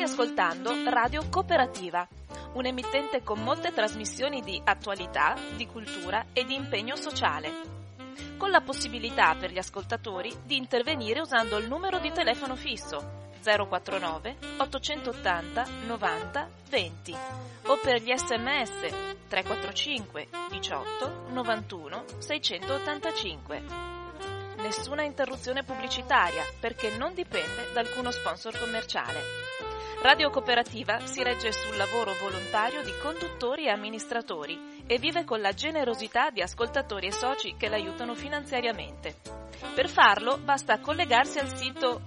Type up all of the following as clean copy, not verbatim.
Stai ascoltando Radio Cooperativa, un emittente con molte trasmissioni di attualità, di cultura e di impegno sociale, con la possibilità per gli ascoltatori di intervenire usando il numero di telefono fisso 049 880 90 20 o per gli SMS 345 18 91 685. Nessuna interruzione pubblicitaria perché non dipende da alcuno sponsor commerciale. Radio Cooperativa si regge sul lavoro volontario di conduttori e amministratori e vive con la generosità di ascoltatori e soci che l'aiutano finanziariamente. Per farlo basta collegarsi al sito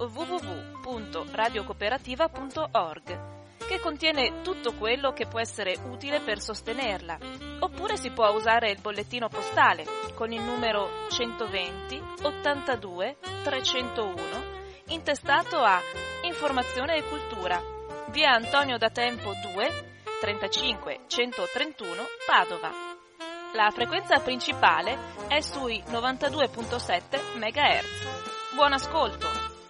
www.radiocooperativa.org, che contiene tutto quello che può essere utile per sostenerla, oppure si può usare il bollettino postale con il numero 120 82 301 intestato a Informazione e Cultura, via Antonio da Tempo 2 35 131 Padova. La frequenza principale è sui 92.7 MHz. Buon ascolto!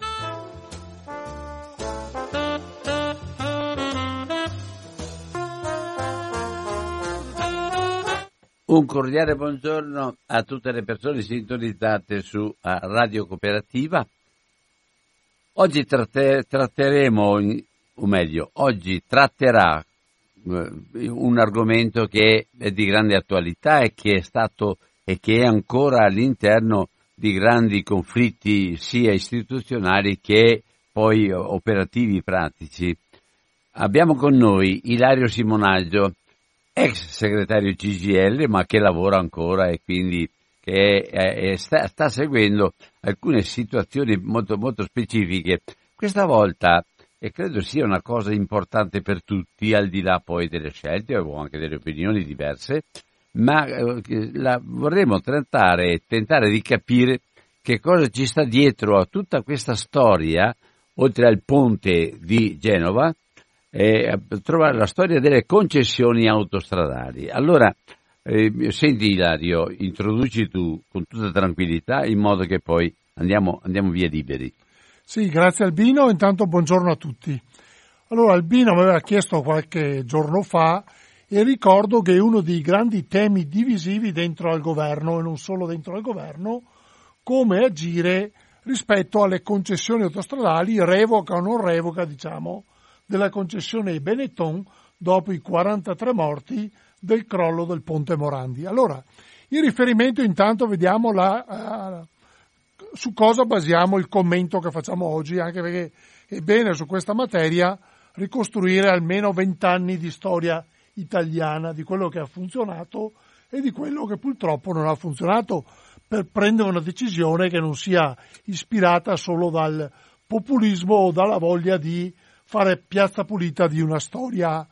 Un cordiale buongiorno a tutte le persone sintonizzate su Radio Cooperativa. Oggi oggi tratterà un argomento che è di grande attualità e che è stato e che è ancora all'interno di grandi conflitti sia istituzionali che poi operativi pratici. Abbiamo con noi Ilario Simonaggio, ex segretario CGIL, ma che lavora ancora e quindi che sta seguendo alcune situazioni molto, molto specifiche. Questa volta, e credo sia una cosa importante per tutti, al di là poi delle scelte o anche delle opinioni diverse, ma vorremmo tentare di capire che cosa ci sta dietro a tutta questa storia, oltre al ponte di Genova, trovare la storia delle concessioni autostradali. Allora, senti Ilario, introduci tu con tutta tranquillità in modo che poi andiamo via liberi. Sì, grazie Albino, intanto buongiorno a tutti. Allora, Albino mi aveva chiesto qualche giorno fa e ricordo che uno dei grandi temi divisivi dentro al governo, e non solo dentro al governo, come agire rispetto alle concessioni autostradali, revoca o non revoca, della concessione Benetton dopo i 43 morti del crollo del ponte Morandi. Allora, in riferimento intanto vediamo su cosa basiamo il commento che facciamo oggi, anche perché è bene su questa materia ricostruire almeno 20 anni di storia italiana, di quello che ha funzionato e di quello che purtroppo non ha funzionato, per prendere una decisione che non sia ispirata solo dal populismo o dalla voglia di fare piazza pulita di una storia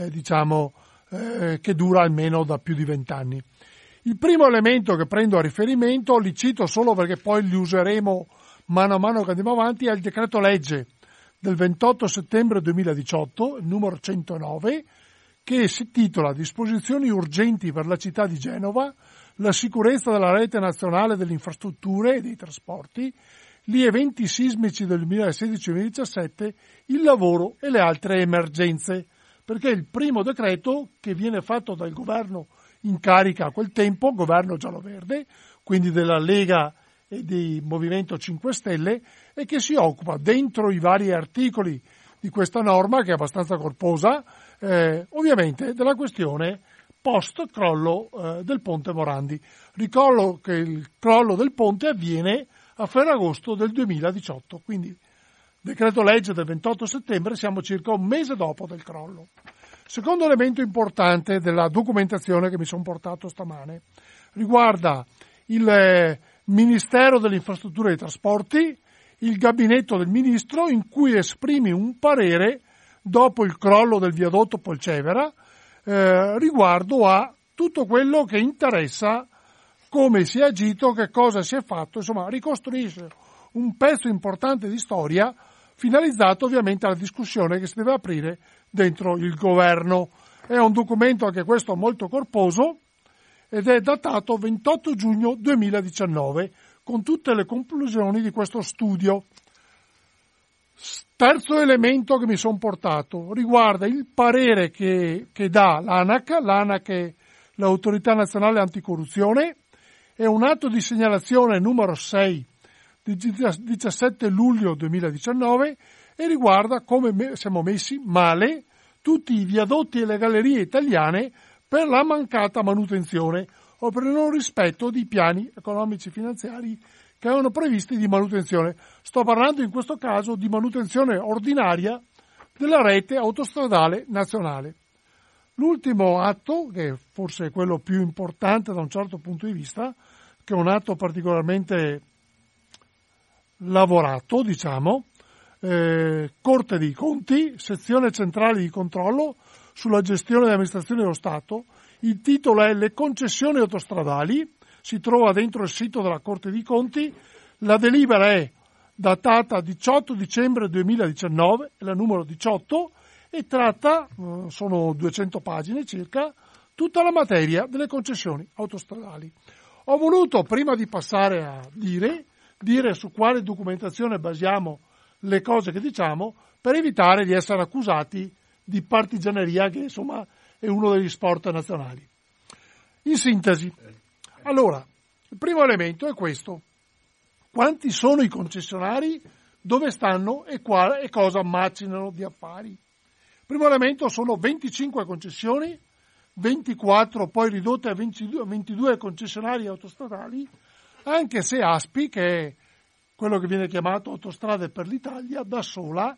che dura almeno da più di 20 anni. Il primo elemento che prendo a riferimento, li cito solo perché poi li useremo mano a mano che andiamo avanti, è il decreto legge del 28 settembre 2018, il numero 109, che si intitola Disposizioni urgenti per la città di Genova, la sicurezza della rete nazionale delle infrastrutture e dei trasporti, gli eventi sismici del 2016-2017, il lavoro e le altre emergenze, perché è il primo decreto che viene fatto dal governo in carica a quel tempo, governo giallo-verde, quindi della Lega e del Movimento 5 Stelle, e che si occupa dentro i vari articoli di questa norma, che è abbastanza corposa, ovviamente della questione post-crollo del ponte Morandi. Ricordo che il crollo del ponte avviene a Ferragosto del 2018, quindi decreto legge del 28 settembre, siamo circa un mese dopo del crollo. Secondo elemento importante della documentazione che mi sono portato stamane riguarda il Ministero delle Infrastrutture e dei Trasporti, il gabinetto del Ministro, in cui esprime un parere dopo il crollo del viadotto Polcevera riguardo a tutto quello che interessa come si è agito, che cosa si è fatto, insomma ricostruisce un pezzo importante di storia finalizzato ovviamente alla discussione che si deve aprire dentro il governo. È un documento anche questo molto corposo ed è datato 28 giugno 2019 con tutte le conclusioni di questo studio. Terzo elemento che mi sono portato riguarda il parere che dà l'ANAC. L'ANAC è l'Autorità Nazionale Anticorruzione, è un atto di segnalazione numero 6 di 17 luglio 2019 e riguarda come siamo messi male tutti i viadotti e le gallerie italiane per la mancata manutenzione o per il non rispetto di piani economici finanziari che erano previsti di manutenzione. Sto parlando in questo caso di manutenzione ordinaria della rete autostradale nazionale. L'ultimo atto, che forse è quello più importante da un certo punto di vista, che è un atto particolarmente lavorato, diciamo, Corte dei Conti, sezione centrale di controllo sulla gestione delle amministrazioni dello Stato. Il titolo è Le concessioni autostradali, si trova dentro il sito della Corte dei Conti. La delibera è datata 18 dicembre 2019, è la numero 18, e tratta, sono 200 pagine circa, tutta la materia delle concessioni autostradali. Ho voluto, prima di passare a dire su quale documentazione basiamo le cose che diciamo, per evitare di essere accusati di partigianeria, che insomma è uno degli sport nazionali. In sintesi, allora, il primo elemento è questo. Quanti sono i concessionari, dove stanno e cosa macinano di affari? Il primo elemento sono 25 concessioni, 24 poi ridotte a 22 concessionari autostradali, anche se ASPI, che è quello che viene chiamato Autostrade per l'Italia, da sola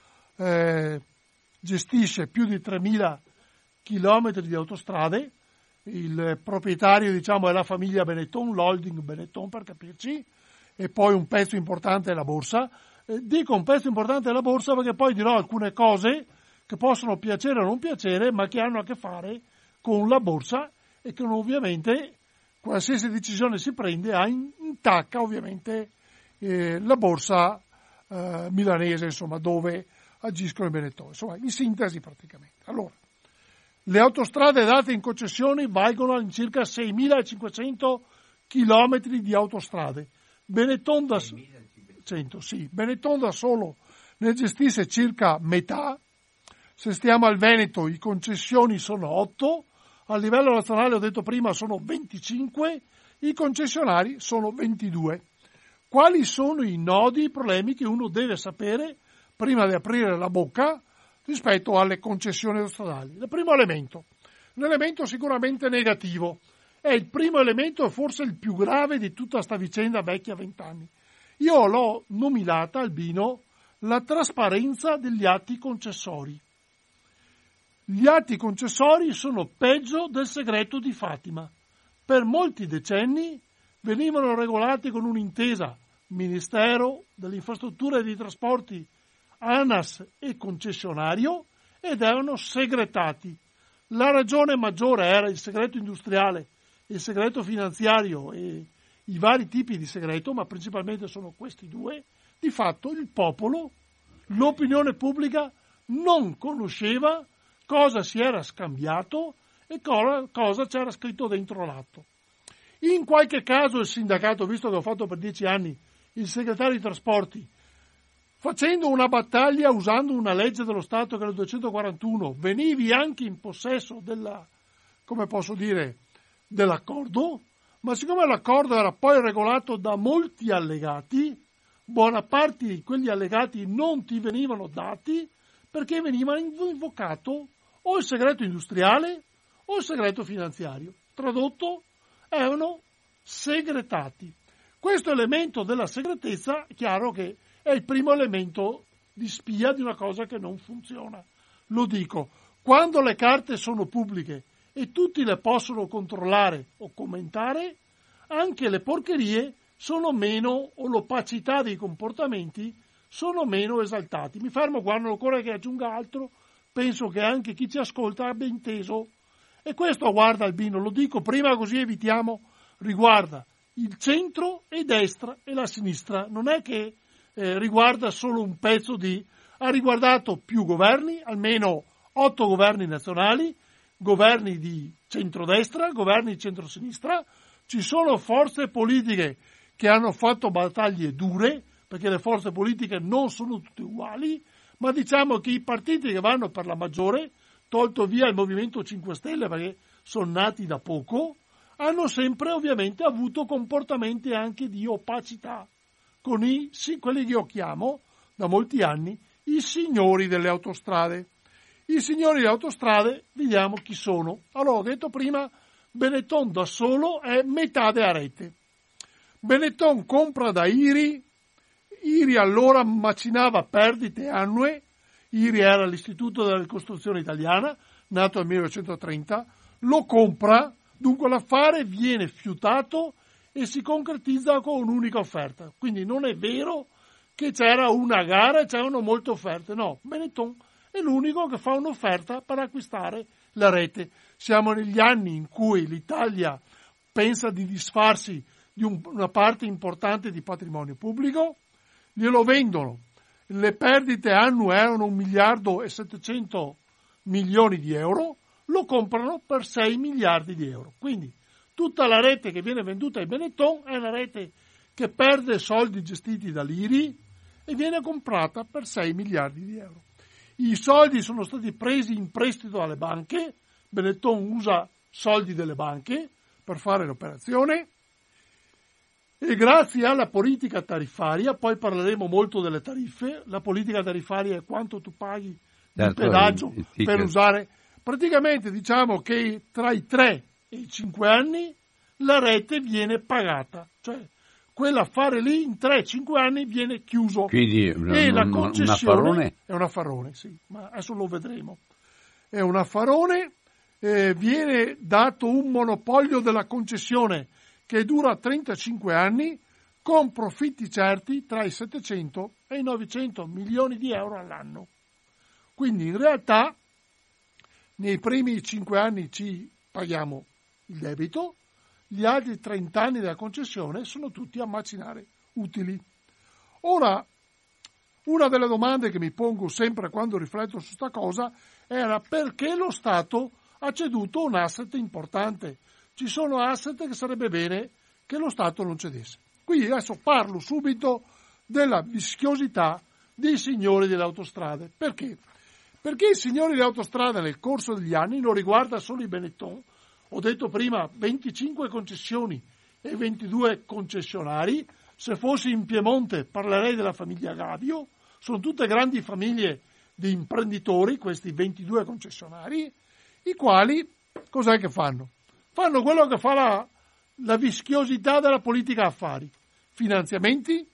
gestisce più di 3.000 chilometri di autostrade. Il proprietario, diciamo, è la famiglia Benetton, l'holding Benetton per capirci, e poi un pezzo importante è la borsa. Dico un pezzo importante è la borsa perché poi dirò alcune cose che possono piacere o non piacere, ma che hanno a che fare con la borsa e che ovviamente qualsiasi decisione si prende ha intacca ovviamente la borsa milanese, insomma, dove agiscono i Benetton. Insomma, in sintesi praticamente. Allora, le autostrade date in concessioni valgono in circa 6.500 chilometri di autostrade. Benetton da solo ne gestisce circa metà. Se stiamo al Veneto, i concessioni sono 8, a livello nazionale, ho detto prima, sono 25, i concessionari sono 22. Quali sono i nodi, i problemi che uno deve sapere prima di aprire la bocca rispetto alle concessioni autostradali? Il primo elemento, un elemento sicuramente negativo, è il primo elemento e forse il più grave di tutta sta vicenda vecchia 20 anni. Io l'ho nominata, Albino, la trasparenza degli atti concessori. Gli atti concessori sono peggio del segreto di Fatima. Per molti decenni venivano regolati con un'intesa Ministero delle Infrastrutture e dei Trasporti, ANAS e concessionario, ed erano segretati. La ragione maggiore era il segreto industriale, il segreto finanziario e i vari tipi di segreto, ma principalmente sono questi due. Di fatto il popolo, l'opinione pubblica, non conosceva cosa si era scambiato e cosa c'era scritto dentro l'atto. In qualche caso il sindacato, visto che ho fatto per 10 anni il segretario dei trasporti, facendo una battaglia usando una legge dello Stato che era il 241, venivi anche in possesso dell'accordo, ma siccome l'accordo era poi regolato da molti allegati, buona parte di quegli allegati non ti venivano dati perché veniva invocato o il segreto industriale o il segreto finanziario. Tradotto, erano segretati. Questo elemento della segretezza è chiaro che è il primo elemento di spia di una cosa che non funziona. Lo dico, quando le carte sono pubbliche e tutti le possono controllare o commentare, anche le porcherie sono meno, o l'opacità dei comportamenti sono meno esaltati. Mi fermo qua, non occorre che aggiunga altro, penso che anche chi ci ascolta abbia inteso. E questo, guarda Albino, lo dico prima così evitiamo, riguarda il centro e destra e la sinistra, non è che riguarda solo un pezzo ha riguardato più governi, almeno 8 governi nazionali, governi di centrodestra, governi di centrosinistra. Ci sono forze politiche che hanno fatto battaglie dure, perché le forze politiche non sono tutte uguali, ma diciamo che i partiti che vanno per la maggiore, tolto via il Movimento 5 Stelle perché sono nati da poco, hanno sempre ovviamente avuto comportamenti anche di opacità con quelli che io chiamo da molti anni i signori delle autostrade. I signori delle autostrade, vediamo chi sono. Allora, ho detto prima, Benetton da solo è metà della rete. Benetton compra da IRI allora macinava perdite annue, IRI era l'Istituto della Ricostruzione Italiana, nato nel 1930, lo compra, dunque l'affare viene fiutato e si concretizza con un'unica offerta. Quindi non è vero che c'era una gara e c'erano molte offerte, no, Benetton è l'unico che fa un'offerta per acquistare la rete. Siamo negli anni in cui l'Italia pensa di disfarsi di una parte importante di patrimonio pubblico, glielo vendono. Le perdite annue erano 1.700 milioni di euro, lo comprano per 6 miliardi di euro. Quindi tutta la rete che viene venduta ai Benetton è una rete che perde soldi gestiti dall'IRI e viene comprata per 6 miliardi di euro. I soldi sono stati presi in prestito dalle banche, Benetton usa soldi delle banche per fare l'operazione e grazie alla politica tariffaria, poi parleremo molto delle tariffe, la politica tariffaria è quanto tu paghi di pedaggio per usare, praticamente diciamo che tra i 3 e i 5 anni la rete viene pagata, cioè quell'affare lì in 3-5 anni viene chiuso. Quindi e la concessione è un affarone, sì, ma adesso lo vedremo. È un affarone, viene dato un monopolio della concessione che dura 35 anni con profitti certi tra i 700 e i 900 milioni di euro all'anno. Quindi in realtà nei primi 5 anni ci paghiamo il debito, gli altri 30 anni della concessione sono tutti a macinare utili. Ora, una delle domande che mi pongo sempre quando rifletto su sta cosa era perché lo Stato ha ceduto un asset importante. Ci sono asset che sarebbe bene che lo Stato non cedesse. Quindi adesso parlo subito della vischiosità dei signori delle autostrade. Perché? Perché i signori delle autostrade nel corso degli anni non riguarda solo i Benetton. Ho detto prima 25 concessioni e 22 concessionari. Se fossi in Piemonte parlerei della famiglia Gavio. Sono tutte grandi famiglie di imprenditori, questi 22 concessionari, i quali cos'è che fanno? Fanno quello che fa la vischiosità della politica affari. Finanziamenti,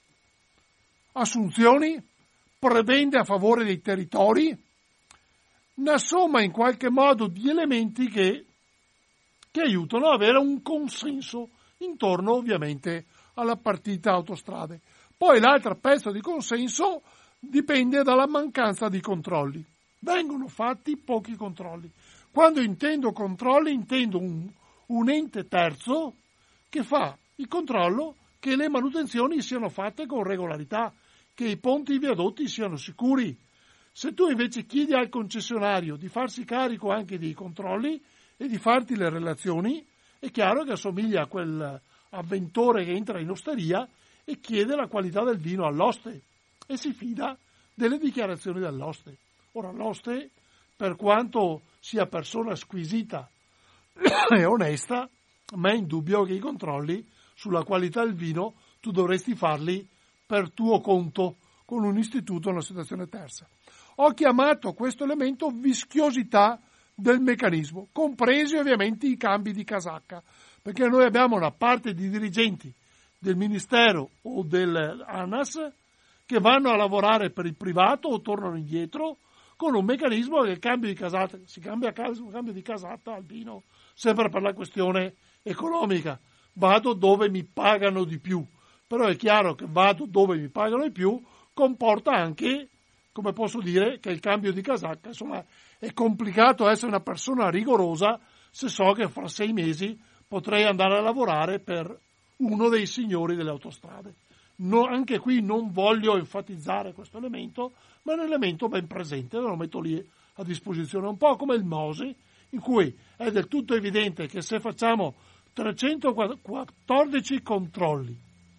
assunzioni, prebende a favore dei territori, una somma in qualche modo di elementi che aiutano ad avere un consenso intorno ovviamente alla partita autostrade. Poi l'altro pezzo di consenso dipende dalla mancanza di controlli. Vengono fatti pochi controlli. Quando intendo controlli intendo un ente terzo che fa il controllo che le manutenzioni siano fatte con regolarità, che i ponti e i viadotti siano sicuri. Se tu invece chiedi al concessionario di farsi carico anche dei controlli e di farti le relazioni, è chiaro che assomiglia a quell'avventore che entra in osteria e chiede la qualità del vino all'oste e si fida delle dichiarazioni dell'oste. Ora l'oste, per quanto sia persona squisita e onesta, ma è indubbio che i controlli sulla qualità del vino tu dovresti farli per tuo conto con un istituto o una situazione terza. Ho chiamato questo elemento vischiosità del meccanismo, compresi ovviamente i cambi di casacca, perché noi abbiamo una parte di dirigenti del Ministero o dell'ANAS che vanno a lavorare per il privato o tornano indietro con un meccanismo che il cambio di casata, si cambia cambio di casata al vino, sempre per la questione economica. Vado dove mi pagano di più, però è chiaro che vado dove mi pagano di più comporta anche, come posso dire, che il cambio di casacca, insomma, è complicato essere una persona rigorosa se so che fra 6 mesi potrei andare a lavorare per uno dei signori delle autostrade. No, anche qui non voglio enfatizzare questo elemento, ma è un elemento ben presente, lo metto lì a disposizione, un po' come il MOSE, in cui è del tutto evidente che se facciamo 314 controlli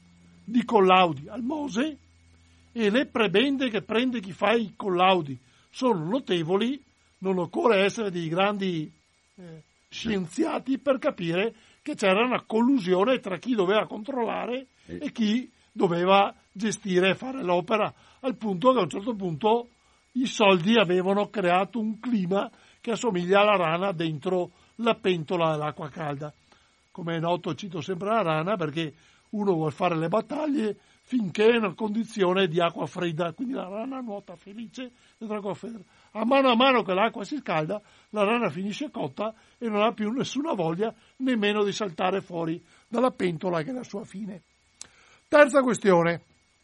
di collaudi al Mose e le prebende che prende chi fa i collaudi sono notevoli, non occorre essere dei grandi scienziati per capire che c'era una collusione tra chi doveva controllare e chi doveva gestire e fare l'opera, al punto che a un certo punto i soldi avevano creato un clima che assomiglia alla rana dentro la pentola dell'acqua calda. Come è noto, cito sempre la rana perché uno vuole fare le battaglie finché è in una condizione di acqua fredda, quindi la rana nuota felice dentro l'acqua fredda. A mano che l'acqua si scalda, la rana finisce cotta e non ha più nessuna voglia nemmeno di saltare fuori dalla pentola che è la sua fine. Terza questione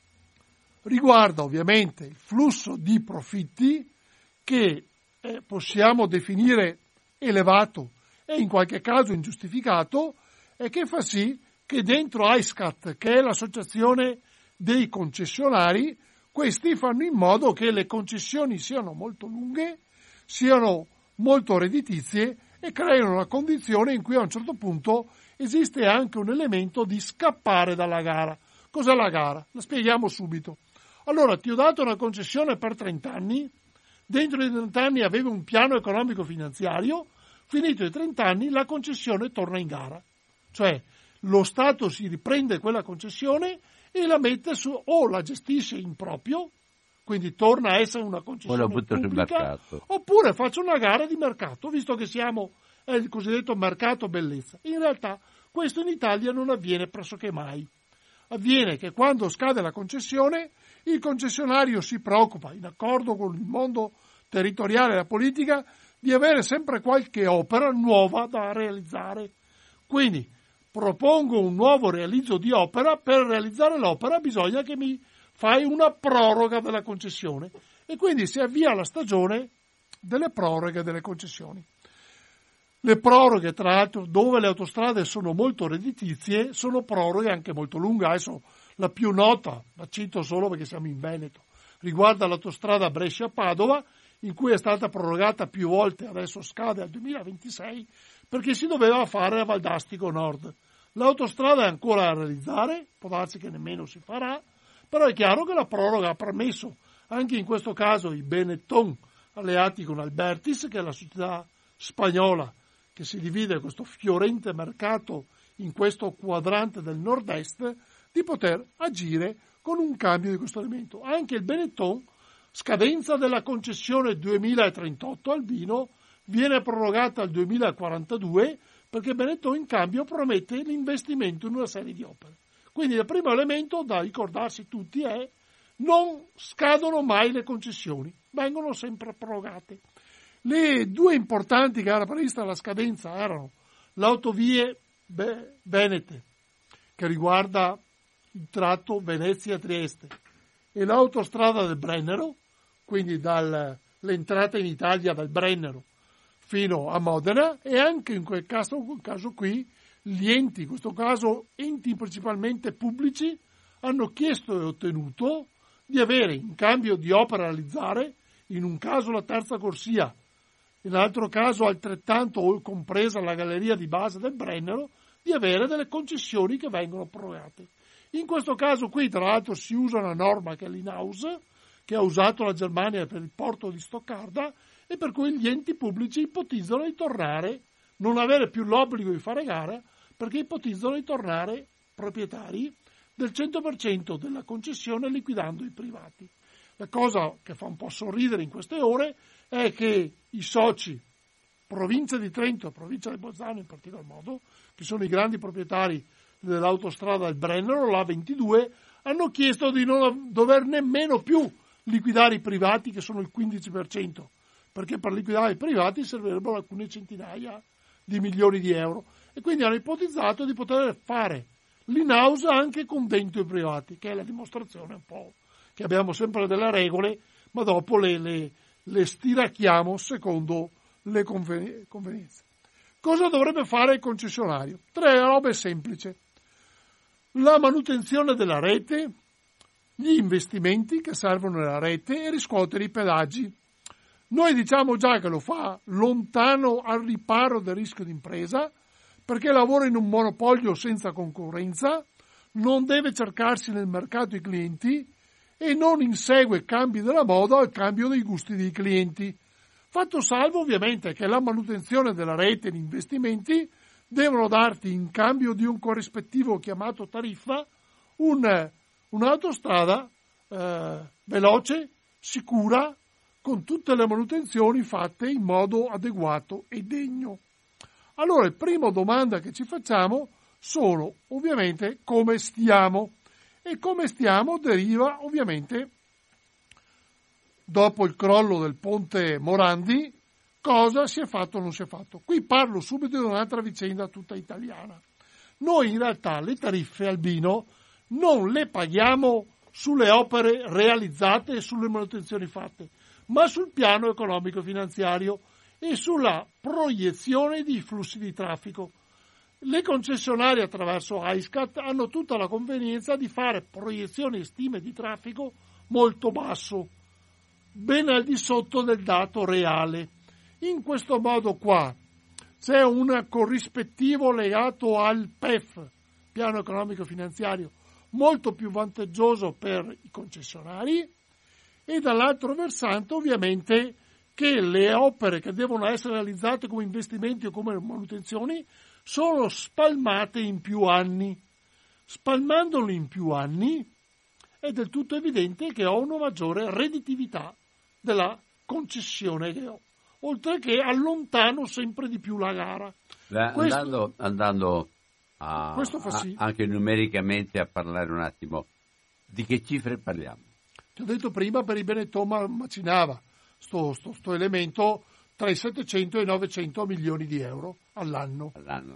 riguarda ovviamente il flusso di profitti che possiamo definire elevato e in qualche caso ingiustificato e che fa sì che dentro AISCAT, che è l'associazione dei concessionari, questi fanno in modo che le concessioni siano molto lunghe, siano molto redditizie e creano una condizione in cui a un certo punto esiste anche un elemento di scappare dalla gara. Cos'è la gara? La spieghiamo subito. Allora, ti ho dato una concessione per 30 anni, dentro i 30 anni avevo un piano economico-finanziario, finito i 30 anni la concessione torna in gara. Cioè, lo Stato si riprende quella concessione e la mette su, o la gestisce in proprio, quindi torna a essere una concessione pubblica, oppure faccio una gara di mercato, visto che siamo il cosiddetto mercato bellezza. In realtà questo in Italia non avviene pressoché mai. Avviene che quando scade la concessione, il concessionario si preoccupa, in accordo con il mondo territoriale e la politica, di avere sempre qualche opera nuova da realizzare. Quindi propongo un nuovo realizzo di opera, per realizzare l'opera bisogna che mi fai una proroga della concessione e quindi si avvia la stagione delle proroghe delle concessioni. Le proroghe, tra l'altro, dove le autostrade sono molto redditizie, sono proroghe anche molto lunghe. Adesso la più nota, la cito solo perché siamo in Veneto, riguarda l'autostrada Brescia-Padova, in cui è stata prorogata più volte, adesso scade al 2026, perché si doveva fare a Valdastico Nord. L'autostrada è ancora da realizzare, può darsi che nemmeno si farà, però è chiaro che la proroga ha permesso, anche in questo caso, i Benetton alleati con Albertis, che è la società spagnola che si divide questo fiorente mercato in questo quadrante del nord-est, di poter agire con un cambio di questo elemento. Anche il Benetton, scadenza della concessione 2038 al vino, viene prorogata al 2042 perché Benetton in cambio promette l'investimento in una serie di opere. Quindi il primo elemento da ricordarsi tutti è non scadono mai le concessioni, vengono sempre prorogate. Le due importanti che era prevista alla scadenza erano l'autovie venete, che riguarda il tratto Venezia-Trieste, e l'autostrada del Brennero, quindi l'entrata in Italia dal Brennero fino a Modena, e anche in quel caso qui gli enti, in questo caso enti principalmente pubblici, hanno chiesto e ottenuto di avere in cambio di opera da realizzare, in un caso la terza corsia, in un altro caso altrettanto o compresa la galleria di base del Brennero, di avere delle concessioni che vengono prorogate. In questo caso qui, tra l'altro, si usa una norma che è l'in-house, che ha usato la Germania per il porto di Stoccarda, e per cui gli enti pubblici ipotizzano di tornare, non avere più l'obbligo di fare gara, perché ipotizzano di tornare proprietari del 100% della concessione liquidando i privati. La cosa che fa un po' sorridere in queste ore è che i soci, provincia di Trento e provincia di Bolzano in particolar modo, che sono i grandi proprietari dell'autostrada del Brennero, la 22, hanno chiesto di non dover nemmeno più liquidare i privati, che sono il 15%, perché per liquidare i privati servirebbero alcune centinaia di milioni di euro, e quindi hanno ipotizzato di poter fare l'in-house anche con dentro i privati, che è la dimostrazione un po' che abbiamo sempre delle regole, ma dopo le stiracchiamo secondo le convenienze. Cosa dovrebbe fare il concessionario? 3 robe semplici: la manutenzione della rete, gli investimenti che servono nella rete e riscuotere i pedaggi. Noi diciamo già che lo fa lontano al riparo del rischio d'impresa, perché lavora in un monopolio senza concorrenza, non deve cercarsi nel mercato i clienti e non insegue cambi della moda o il cambio dei gusti dei clienti. Fatto salvo ovviamente che la manutenzione della rete e gli investimenti devono darti in cambio di un corrispettivo chiamato tariffa un'autostrada veloce, sicura, con tutte le manutenzioni fatte in modo adeguato e degno. Allora, la prima domanda che ci facciamo sono ovviamente come stiamo, e come stiamo deriva ovviamente, dopo il crollo del ponte Morandi, cosa si è fatto o non si è fatto. Qui parlo subito di un'altra vicenda tutta italiana. Noi in realtà le tariffe, Albino, non le paghiamo sulle opere realizzate e sulle manutenzioni fatte, ma sul piano economico-finanziario e sulla proiezione di flussi di traffico. Le concessionarie attraverso ISCAT hanno tutta la convenienza di fare proiezioni e stime di traffico molto basso, ben al di sotto del dato reale. In questo modo qua c'è un corrispettivo legato al PEF, piano economico finanziario, molto più vantaggioso per i concessionari, e dall'altro versante ovviamente che le opere che devono essere realizzate come investimenti o come manutenzioni sono spalmate in più anni. Spalmandoli in più anni è del tutto evidente che ho una maggiore redditività della concessione che ho, oltre che allontano sempre di più la gara. Andando sì. Anche numericamente a parlare un attimo, di che cifre parliamo? Ti ho detto prima, per i Benetton macinava sto elemento tra i 700 e i 900 milioni di euro all'anno.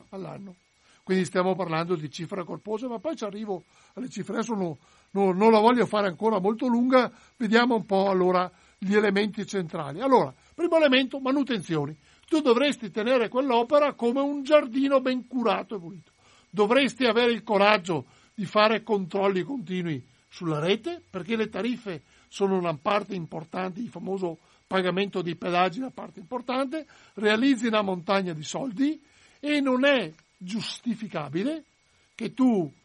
Quindi stiamo parlando di cifre corpose, ma poi ci arrivo alle cifre. Adesso non la voglio fare ancora molto lunga, vediamo un po' allora gli elementi centrali. Allora, primo elemento, manutenzioni. Tu dovresti tenere quell'opera come un giardino ben curato e pulito. Dovresti avere il coraggio di fare controlli continui sulla rete, perché le tariffe sono una parte importante, il famoso pagamento dei pedaggi è una parte importante, realizzi una montagna di soldi e non è giustificabile che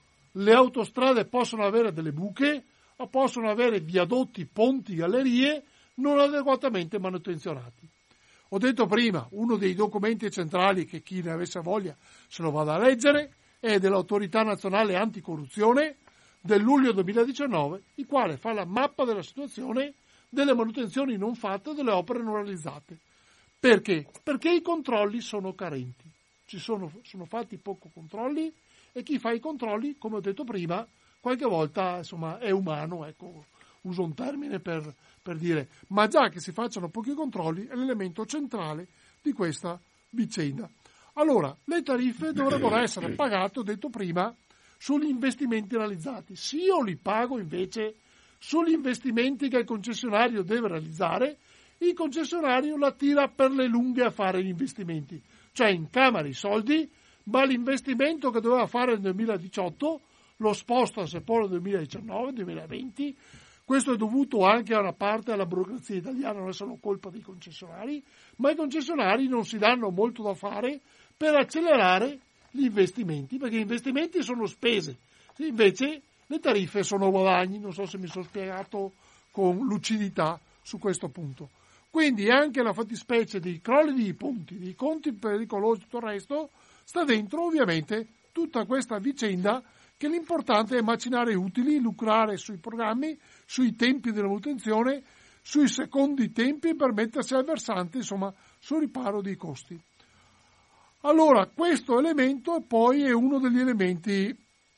le autostrade possono avere delle buche o possono avere viadotti, ponti, gallerie non adeguatamente manutenzionati. Ho detto prima, uno dei documenti centrali che chi ne avesse voglia se lo vada a leggere è dell'Autorità Nazionale Anticorruzione del luglio 2019, il quale fa la mappa della situazione delle manutenzioni non fatte, delle opere non realizzate. Perché? Perché i controlli sono carenti. Sono fatti poco controlli e chi fa i controlli, come ho detto prima, qualche volta insomma è umano, ecco, uso un termine per dire, ma già che si facciano pochi controlli è l'elemento centrale di questa vicenda. Allora, le tariffe dovrebbero essere pagate, ho detto prima, sugli investimenti realizzati. Se io li pago invece sugli investimenti che il concessionario deve realizzare, il concessionario la tira per le lunghe a fare gli investimenti, cioè incamera i soldi, ma l'investimento che doveva fare nel 2018 lo sposta se poi nel 2019-2020. Questo è dovuto anche a una parte alla burocrazia italiana, non è solo colpa dei concessionari, ma i concessionari non si danno molto da fare per accelerare gli investimenti, perché gli investimenti sono spese, invece le tariffe sono guadagni. Non so se mi sono spiegato con lucidità su questo punto. Quindi anche la fattispecie dei crolli di ponti, dei conti pericolosi e tutto il resto, sta dentro ovviamente tutta questa vicenda, che l'importante è macinare utili, lucrare sui programmi, sui tempi della manutenzione, sui secondi tempi per mettersi al versante, insomma, sul riparo dei costi. Allora, questo elemento poi è uno degli elementi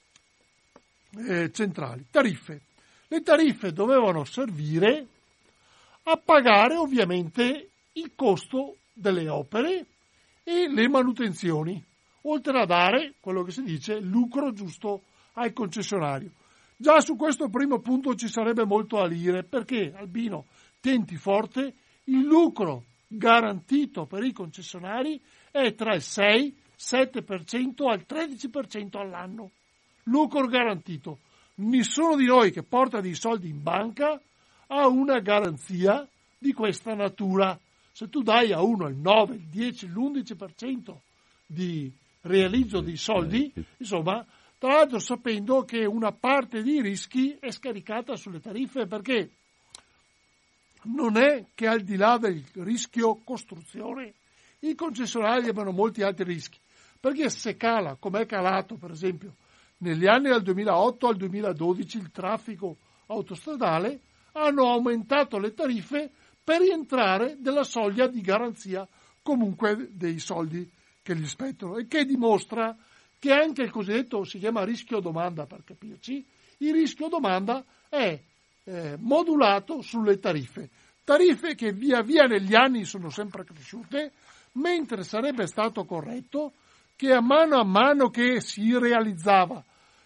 centrali. Tariffe. Le tariffe dovevano servire a pagare ovviamente il costo delle opere e le manutenzioni, oltre a dare quello che si dice lucro giusto al concessionario. Già su questo primo punto ci sarebbe molto a dire, perché, Albino, tenti forte, il lucro garantito per i concessionari è tra il 6, 7% al 13% all'anno. Lucro garantito. Nessuno di noi che porta dei soldi in banca ha una garanzia di questa natura. Se tu dai a uno il 9, il 10, l'11% di realizzo dei soldi, insomma, Tra l'altro sapendo che una parte dei rischi è scaricata sulle tariffe, perché non è che al di là del rischio costruzione i concessionari abbiano molti altri rischi, perché se cala, come è calato per esempio negli anni dal 2008 al 2012 il traffico autostradale, hanno aumentato le tariffe per rientrare della soglia di garanzia comunque dei soldi che gli spettano, e che dimostra che anche il cosiddetto, si chiama rischio domanda per capirci, il rischio domanda è modulato sulle tariffe che via via negli anni sono sempre cresciute, mentre sarebbe stato corretto che a mano che si realizzava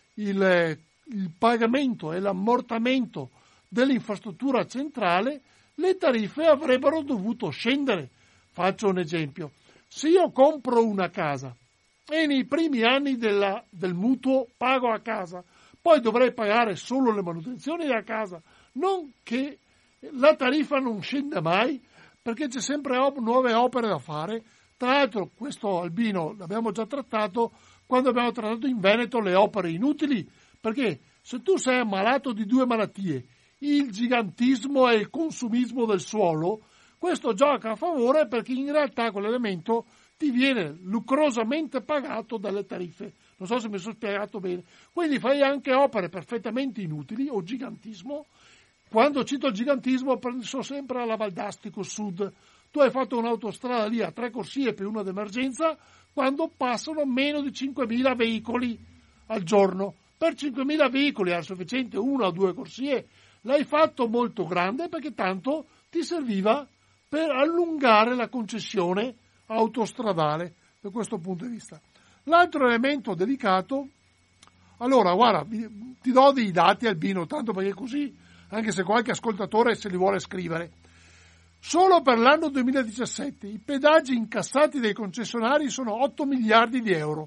il pagamento e l'ammortamento dell'infrastruttura centrale, le tariffe avrebbero dovuto scendere. Faccio un esempio: se io compro una casa e nei primi anni del mutuo pago a casa, poi dovrei pagare solo le manutenzioni della casa, non che la tariffa non scenda mai, perché c'è sempre nuove opere da fare. Tra l'altro questo, Albino, l'abbiamo già trattato quando abbiamo trattato in Veneto le opere inutili, perché se tu sei ammalato di due malattie, il gigantismo e il consumismo del suolo, questo gioca a favore, perché in realtà quell'elemento ti viene lucrosamente pagato dalle tariffe. Non so se mi sono spiegato bene. Quindi fai anche opere perfettamente inutili o gigantismo. Quando cito il gigantismo penso sempre alla Valdastico Sud. Tu hai fatto un'autostrada lì a 3 corsie più una d'emergenza, quando passano meno di 5.000 veicoli al giorno. Per 5.000 veicoli era sufficiente 1 o 2 corsie. L'hai fatto molto grande perché tanto ti serviva per allungare la concessione autostradale da questo punto di vista. L'altro elemento delicato, allora guarda, ti do dei dati, Albino, tanto perché così, anche se qualche ascoltatore se li vuole scrivere. Solo per l'anno 2017 i pedaggi incassati dai concessionari sono 8 miliardi di euro,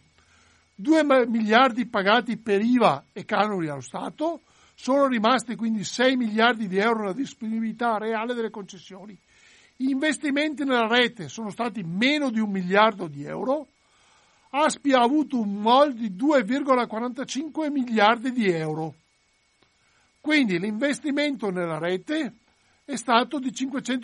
2 miliardi pagati per IVA e canoni allo Stato, sono rimasti quindi 6 miliardi di euro la disponibilità reale delle concessioni. Gli investimenti nella rete sono stati meno di 1 miliardo di euro. Aspi ha avuto un MOL di 2,45 miliardi di euro. Quindi l'investimento nella rete è stato di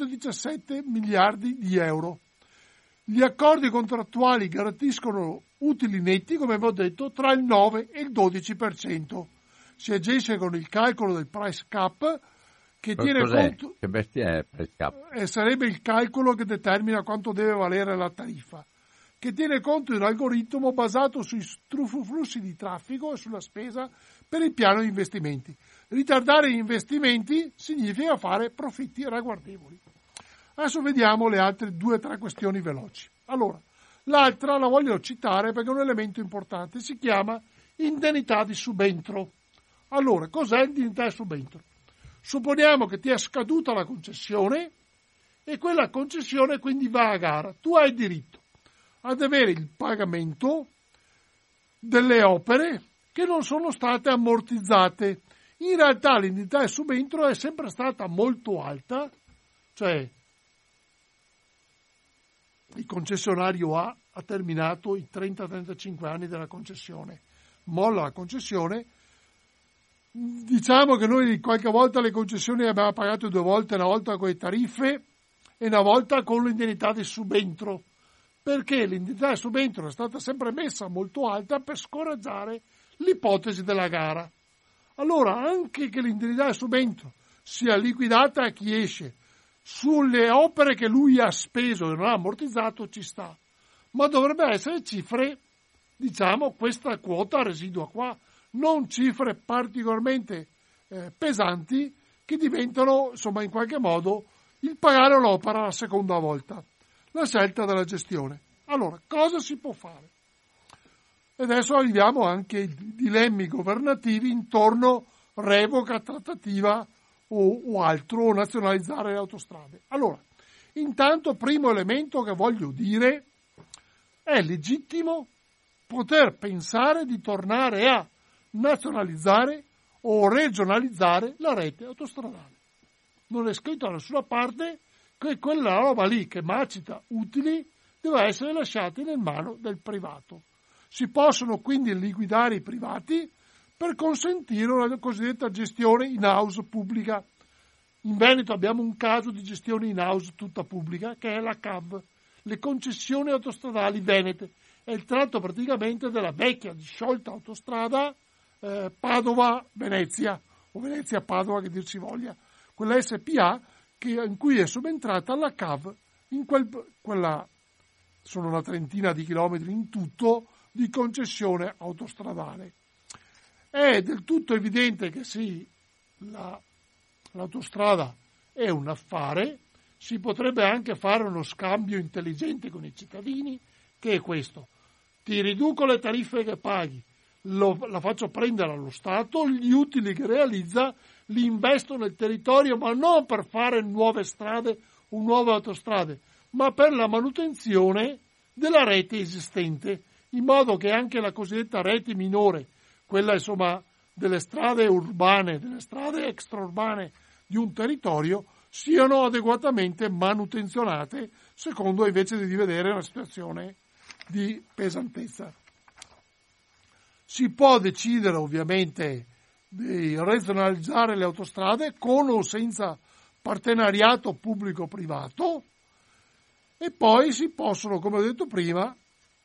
517 miliardi di euro. Gli accordi contrattuali garantiscono utili netti, come avevo detto, tra il 9 e il 12%. Si agisce con il calcolo del price cap, che tiene conto. Che bestia è price cap? Sarebbe il calcolo che determina quanto deve valere la tariffa, che tiene conto di un algoritmo basato sui flussi di traffico e sulla spesa per il piano di investimenti. Ritardare gli investimenti significa fare profitti ragguardevoli. Adesso vediamo le altre 2 o 3 questioni veloci. Allora, l'altra la voglio citare perché è un elemento importante, si chiama indennità di subentro. Allora, cos'è l'indennità di subentro? Supponiamo che ti è scaduta la concessione e quella concessione quindi va a gara. Tu hai diritto ad avere il pagamento delle opere che non sono state ammortizzate. In realtà l'indennità di subentro è sempre stata molto alta, cioè il concessionario A ha terminato i 30-35 anni della concessione, molla la concessione. Diciamo che noi qualche volta le concessioni le abbiamo pagate 2 volte, una volta con le tariffe e una volta con l'indennità di subentro, perché l'indennità di subentro è stata sempre messa molto alta per scoraggiare l'ipotesi della gara. Allora, anche che l'indennità di subentro sia liquidata a chi esce sulle opere che lui ha speso e non ha ammortizzato, ci sta, ma dovrebbe essere cifre, diciamo, questa quota residua qua, non cifre particolarmente pesanti che diventano, insomma, in qualche modo il pagare l'opera la seconda volta. La scelta della gestione. Allora, cosa si può fare? E adesso arriviamo anche ai dilemmi governativi intorno revoca, trattativa o altro, o nazionalizzare le autostrade. Allora, intanto, primo elemento che voglio dire, è legittimo poter pensare di tornare a nazionalizzare o regionalizzare la rete autostradale. Non è scritto da nessuna parte che quella roba lì che macita utili deve essere lasciata in mano del privato. Si possono quindi liquidare i privati per consentire una cosiddetta gestione in-house pubblica. In Veneto abbiamo un caso di gestione in-house tutta pubblica, che è la CAV, le concessioni autostradali venete. È il tratto praticamente della vecchia sciolta autostrada Padova-Venezia, o Venezia-Padova che dir si voglia, quella SPA in cui è subentrata la CAV, quella sono una trentina di chilometri in tutto di concessione autostradale. È del tutto evidente che sì, l'autostrada è un affare, si potrebbe anche fare uno scambio intelligente con i cittadini, che è questo: ti riduco le tariffe che paghi, la faccio prendere allo Stato, gli utili che realizza li investo nel territorio, ma non per fare nuove strade o nuove autostrade, ma per la manutenzione della rete esistente, in modo che anche la cosiddetta rete minore, quella insomma delle strade urbane, delle strade extraurbane di un territorio, siano adeguatamente manutenzionate, secondo invece di vedere una situazione di pesantezza. Si può decidere ovviamente di razionalizzare le autostrade con o senza partenariato pubblico-privato, e poi si possono, come ho detto prima,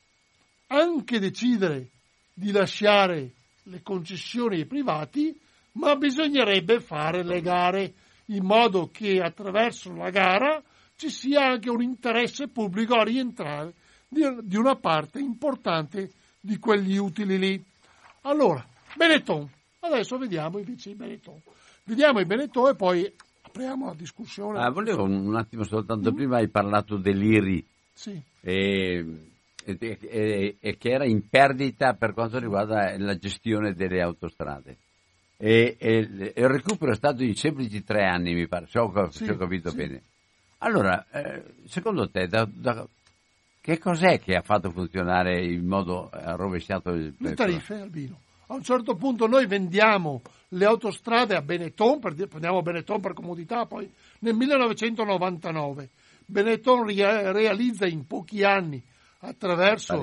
anche decidere di lasciare le concessioni ai privati, ma bisognerebbe fare le gare in modo che attraverso la gara ci sia anche un interesse pubblico a rientrare di una parte importante di quegli utili lì. Allora, Benetton, adesso vediamo invece i Benetton. Vediamo i Benetton e poi apriamo la discussione. Volevo un attimo soltanto, prima hai parlato dell'IRI, sì. E che era in perdita per quanto riguarda la gestione delle autostrade. E il recupero è stato di semplici 3 anni, mi pare, se ho capito bene. Allora, secondo te, che cos'è che ha fatto funzionare in modo rovesciato le tariffe, Albino? A un certo punto noi vendiamo le autostrade a Benetton, prendiamo Benetton per comodità, poi nel 1999 Benetton realizza in pochi anni attraverso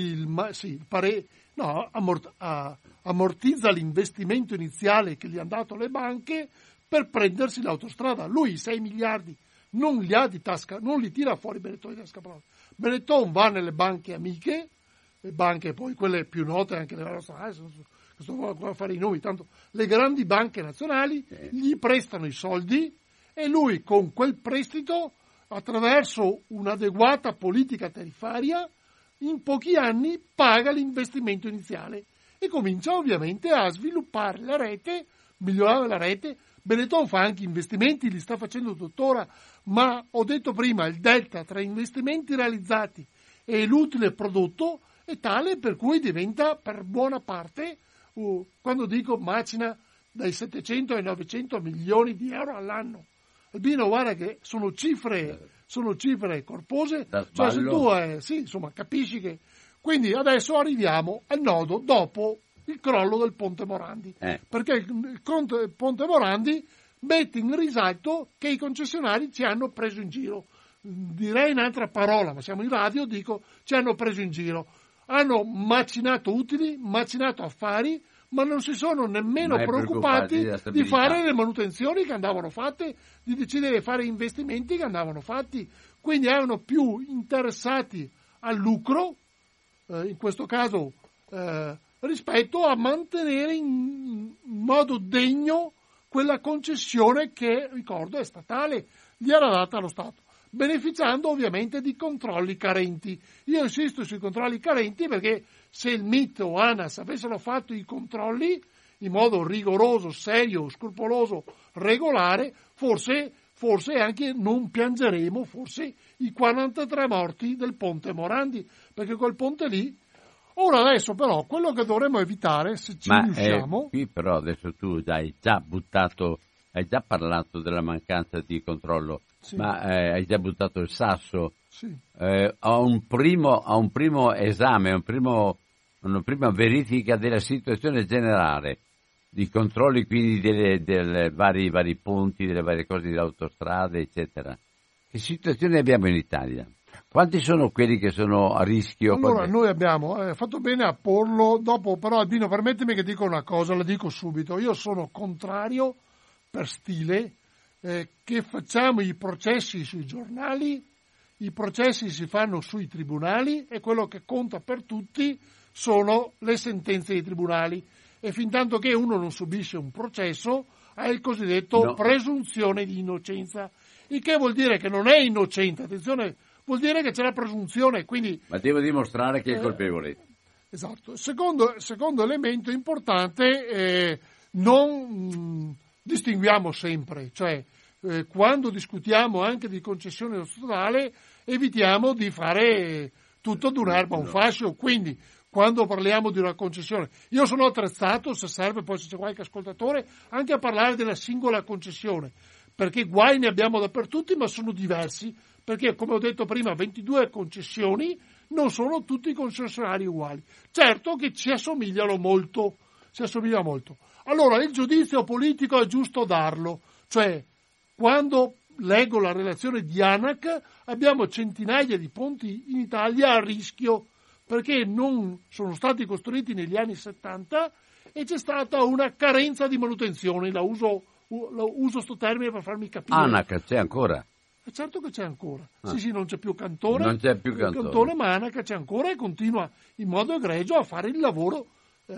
ammortizza l'investimento iniziale che gli hanno dato le banche per prendersi l'autostrada. Lui 6 miliardi non li ha di tasca, non li tira fuori Benetton di tasca propria. Benetton va nelle banche amiche, le banche poi quelle più note, anche le nostre, sto qua a fare i nomi, tanto le grandi banche nazionali gli prestano i soldi e lui con quel prestito, attraverso un'adeguata politica tariffaria, in pochi anni paga l'investimento iniziale e comincia ovviamente a sviluppare la rete, migliorare la rete. Benetton fa anche investimenti, li sta facendo tuttora, ma ho detto prima, il delta tra investimenti realizzati e l'utile prodotto è tale per cui diventa per buona parte, quando dico macina, dai 700 ai 900 milioni di euro all'anno. Albino, guarda che sono cifre corpose, cioè se tu capisci che. Quindi adesso arriviamo al nodo dopo il crollo del Ponte Morandi, perché il Ponte Morandi mette in risalto che i concessionari ci hanno preso in giro. Direi un'altra parola, ma siamo in radio, dico ci hanno preso in giro. Hanno macinato utili, macinato affari, ma non si sono nemmeno preoccupati di fare le manutenzioni che andavano fatte, di decidere di fare investimenti che andavano fatti. Quindi erano più interessati al lucro, in questo caso rispetto a mantenere in modo degno quella concessione che, ricordo, è statale, gli era data allo Stato, beneficiando ovviamente di controlli carenti. Io insisto sui controlli carenti perché se il MIT o ANAS avessero fatto i controlli in modo rigoroso, serio, scrupoloso, regolare, forse anche non piangeremo i 43 morti del Ponte Morandi, perché quel ponte lì. Ora adesso però quello che dovremmo evitare, se ci riusciamo. Qui però adesso tu hai già parlato della mancanza di controllo, sì. Ma hai già buttato il sasso. Sì. A un primo esame, una prima verifica della situazione generale, di controlli quindi delle vari punti, delle varie cose di autostrade, eccetera. Che situazione abbiamo in Italia? Quanti sono quelli che sono a rischio? Allora, noi abbiamo fatto bene a porlo dopo, però Albino, permettimi che dica una cosa, la dico subito. Io sono contrario, per stile, che facciamo i processi sui giornali, i processi si fanno sui tribunali e quello che conta per tutti sono le sentenze dei tribunali. E fin tanto che uno non subisce un processo, ha il cosiddetto presunzione di innocenza, il che vuol dire che non è innocente, attenzione, vuol dire che c'è la presunzione, quindi... Ma devo dimostrare che è colpevole. Esatto. Secondo elemento importante, non distinguiamo sempre, cioè quando discutiamo anche di concessione stradale evitiamo di fare tutto d'un'erba un fascio, quindi quando parliamo di una concessione, io sono attrezzato, se serve, poi se c'è qualche ascoltatore, anche a parlare della singola concessione, perché guai ne abbiamo dappertutto, ma sono diversi, perché come ho detto prima, 22 concessioni non sono tutti concessionari uguali. Certo che ci assomigliano molto. Allora, il giudizio politico è giusto darlo, cioè quando leggo la relazione di ANAC abbiamo centinaia di ponti in Italia a rischio, perché non sono stati costruiti negli anni 70 e c'è stata una carenza di manutenzione, uso sto termine per farmi capire. ANAC c'è ancora? Certo che c'è ancora. Sì, non c'è più Cantone. Non c'è più Cantone, ma ANAC c'è ancora e continua in modo egregio a fare il lavoro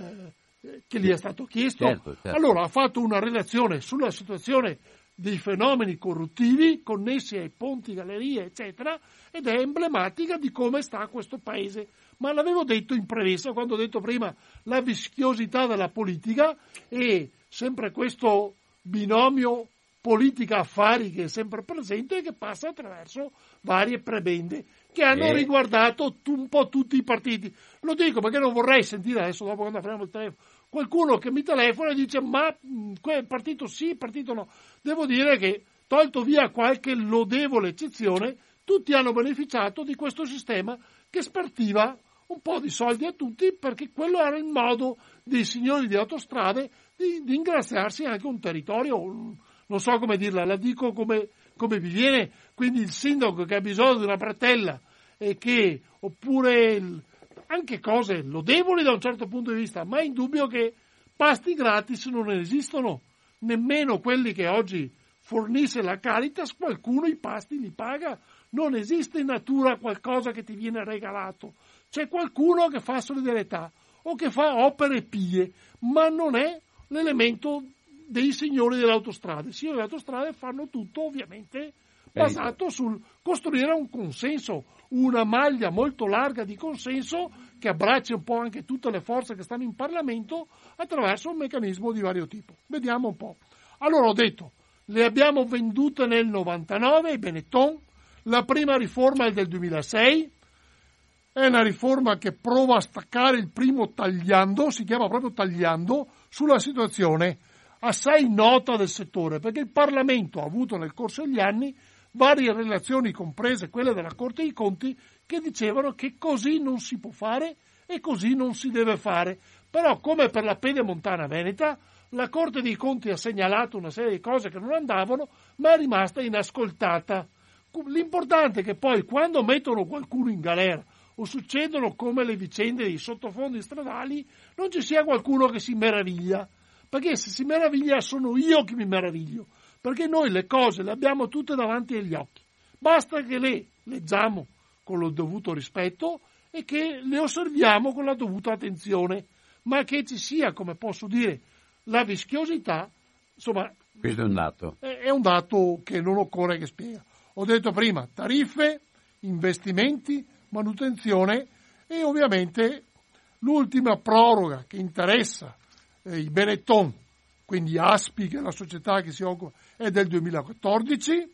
che gli è stato chiesto. Certo. Allora ha fatto una relazione sulla situazione dei fenomeni corruttivi connessi ai ponti, gallerie, eccetera, ed è emblematica di come sta questo paese. Ma l'avevo detto in premessa, quando ho detto prima la vischiosità della politica e sempre questo binomio politica-affari che è sempre presente e che passa attraverso varie prebende che hanno riguardato un po' tutti i partiti. Lo dico perché non vorrei sentire adesso, dopo quando apriamo il telefono, qualcuno che mi telefona e dice ma quel partito sì, partito no. Devo dire che, tolto via qualche lodevole eccezione, tutti hanno beneficiato di questo sistema che spartiva un po' di soldi a tutti, perché quello era il modo dei signori di autostrade di ingraziarsi anche un territorio, non so come dirla, la dico come vi viene, quindi il sindaco che ha bisogno di una bretella e che, oppure anche cose lodevoli da un certo punto di vista, ma è indubbio che pasti gratis non esistono, nemmeno quelli che oggi fornisce la Caritas, qualcuno i pasti li paga, non esiste in natura qualcosa che ti viene regalato, c'è qualcuno che fa solidarietà o che fa opere pie, ma non è l'elemento dei signori delle autostrade. I signori delle autostrade fanno tutto ovviamente basato sul costruire un consenso, una maglia molto larga di consenso che abbraccia un po' anche tutte le forze che stanno in Parlamento attraverso un meccanismo di vario tipo. Vediamo un po'. Allora ho detto, le abbiamo vendute nel 99, i Benetton, la prima riforma è del 2006, è una riforma che prova a staccare il primo tagliando, si chiama proprio tagliando, sulla situazione assai nota del settore, perché il Parlamento ha avuto nel corso degli anni varie relazioni, comprese quelle della Corte dei Conti, che dicevano che così non si può fare e così non si deve fare. Però, come per la Pedemontana Veneta, la Corte dei Conti ha segnalato una serie di cose che non andavano, ma è rimasta inascoltata. L'importante è che poi, quando mettono qualcuno in galera o succedono come le vicende dei sottofondi stradali, non ci sia qualcuno che si meraviglia, perché se si meraviglia sono io che mi meraviglio, perché noi le cose le abbiamo tutte davanti agli occhi, basta che le leggiamo con lo dovuto rispetto e che le osserviamo con la dovuta attenzione, ma che ci sia, come posso dire, la vischiosità, insomma, questo è un dato. È un dato che non occorre che spiega. Ho detto prima, tariffe, investimenti, manutenzione e ovviamente l'ultima proroga che interessa i Benetton, quindi Aspi, che è la società che si occupa, è del 2014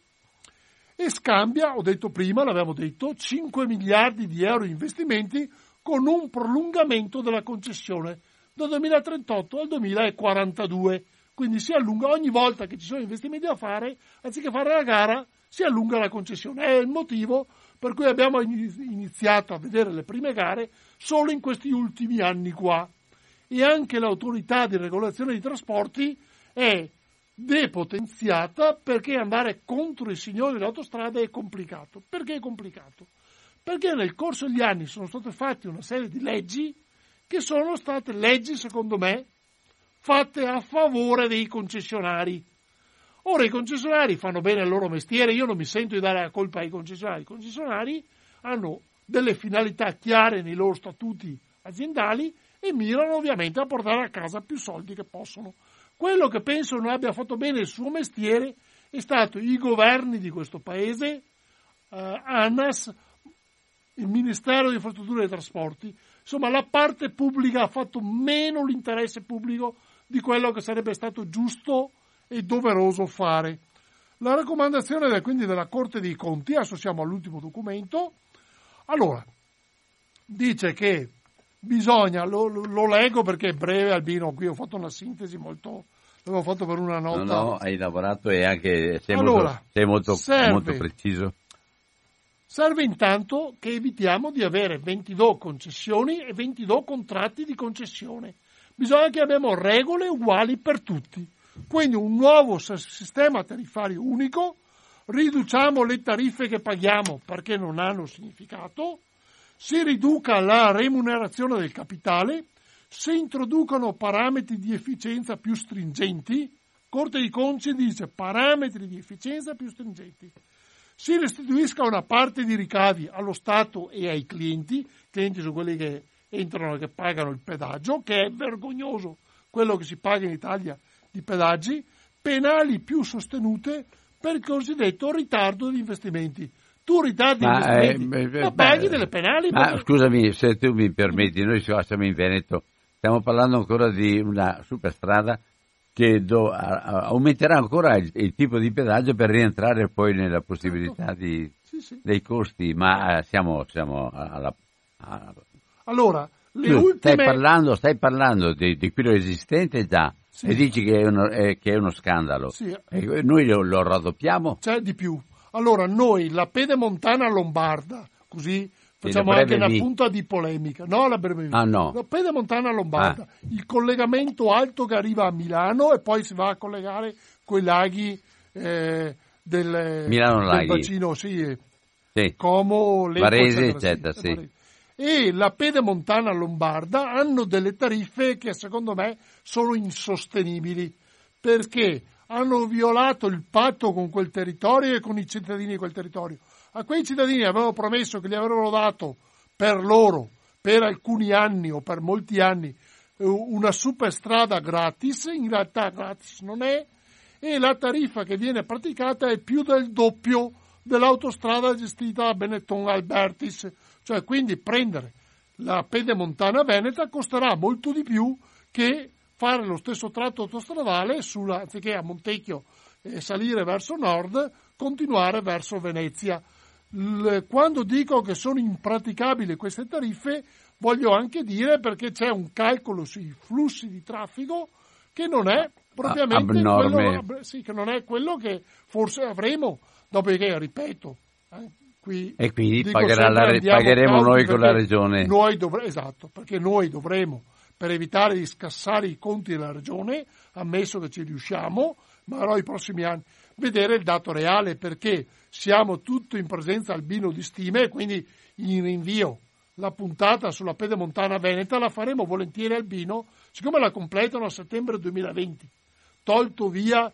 e scambia, ho detto prima, l'abbiamo detto, 5 miliardi di euro di investimenti con un prolungamento della concessione dal 2038 al 2042, quindi si allunga ogni volta che ci sono investimenti da fare, anziché fare la gara si allunga la concessione. È il motivo per cui abbiamo iniziato a vedere le prime gare solo in questi ultimi anni qua. E anche l'autorità di regolazione dei trasporti è depotenziata, perché andare contro i signori delle autostrade è complicato. Perché è complicato? Perché nel corso degli anni sono state fatte una serie di leggi che sono state leggi, secondo me, fatte a favore dei concessionari. Ora i concessionari fanno bene il loro mestiere, io non mi sento di dare la colpa ai concessionari. I concessionari hanno delle finalità chiare nei loro statuti aziendali e mirano ovviamente a portare a casa più soldi che possono. Quello che penso non abbia fatto bene il suo mestiere è stato i governi di questo paese, ANAS, il Ministero di Infrastrutture e Trasporti, insomma la parte pubblica ha fatto meno l'interesse pubblico di quello che sarebbe stato giusto e doveroso fare. La raccomandazione quindi della Corte dei Conti, adesso siamo all'ultimo documento, allora dice che bisogna, lo leggo perché è breve Albino, qui ho fatto una sintesi molto, l'avevo fatto per una nota. No, hai lavorato e anche sei allora, molto preciso. Serve intanto che evitiamo di avere 22 concessioni e 22 contratti di concessione. Bisogna che abbiamo regole uguali per tutti. Quindi un nuovo sistema tariffario unico, riduciamo le tariffe che paghiamo perché non hanno significato, si riduca la remunerazione del capitale, si introducono parametri di efficienza più stringenti, Corte dei Conti dice parametri di efficienza più stringenti, si restituisca una parte di ricavi allo Stato e ai clienti sono quelli che entrano e che pagano il pedaggio, che è vergognoso quello che si paga in Italia di pedaggi, penali più sostenute per il cosiddetto ritardo di investimenti. Tu ritardi investimenti, ma paghi delle penali. Ma scusami, se tu mi permetti, noi siamo in Veneto, stiamo parlando ancora di una superstrada che aumenterà ancora il tipo di pedaggio per rientrare poi nella possibilità dei costi, ma siamo allora, le ultime... Stai parlando di quello esistente già, sì. E dici che è uno scandalo. Sì. E noi lo raddoppiamo? C'è di più. Allora, noi, la Pedemontana Lombarda, così facciamo anche una punta di polemica. No, la La Pedemontana Lombarda, il collegamento alto che arriva a Milano e poi si va a collegare con i laghi del bacino, sì. Como, Lecco, Varese, eccetera, sì. E la Pedemontana Lombarda hanno delle tariffe che secondo me sono insostenibili, perché hanno violato il patto con quel territorio e con i cittadini di quel territorio. A quei cittadini avevano promesso che gli avrebbero dato per loro, per alcuni anni o per molti anni, una superstrada gratis, in realtà gratis non è, e la tariffa che viene praticata è più del doppio dell'autostrada gestita da Benetton Albertis, cioè quindi prendere la Pedemontana Veneta costerà molto di più che fare lo stesso tratto autostradale anziché a Montecchio salire verso nord, continuare verso Venezia. Quando dico che sono impraticabili queste tariffe, voglio anche dire perché c'è un calcolo sui flussi di traffico che non è propriamente quello che forse avremo, dopodiché, ripeto, qui e quindi pagheremo noi con la regione. Esatto, perché noi dovremo, per evitare di scassare i conti della regione, ammesso che ci riusciamo, ma i prossimi anni, vedere il dato reale, perché siamo tutto in presenza albino di stime, e quindi in rinvio la puntata sulla Pedemontana Veneta la faremo volentieri albino, siccome la completano a settembre 2020, tolto via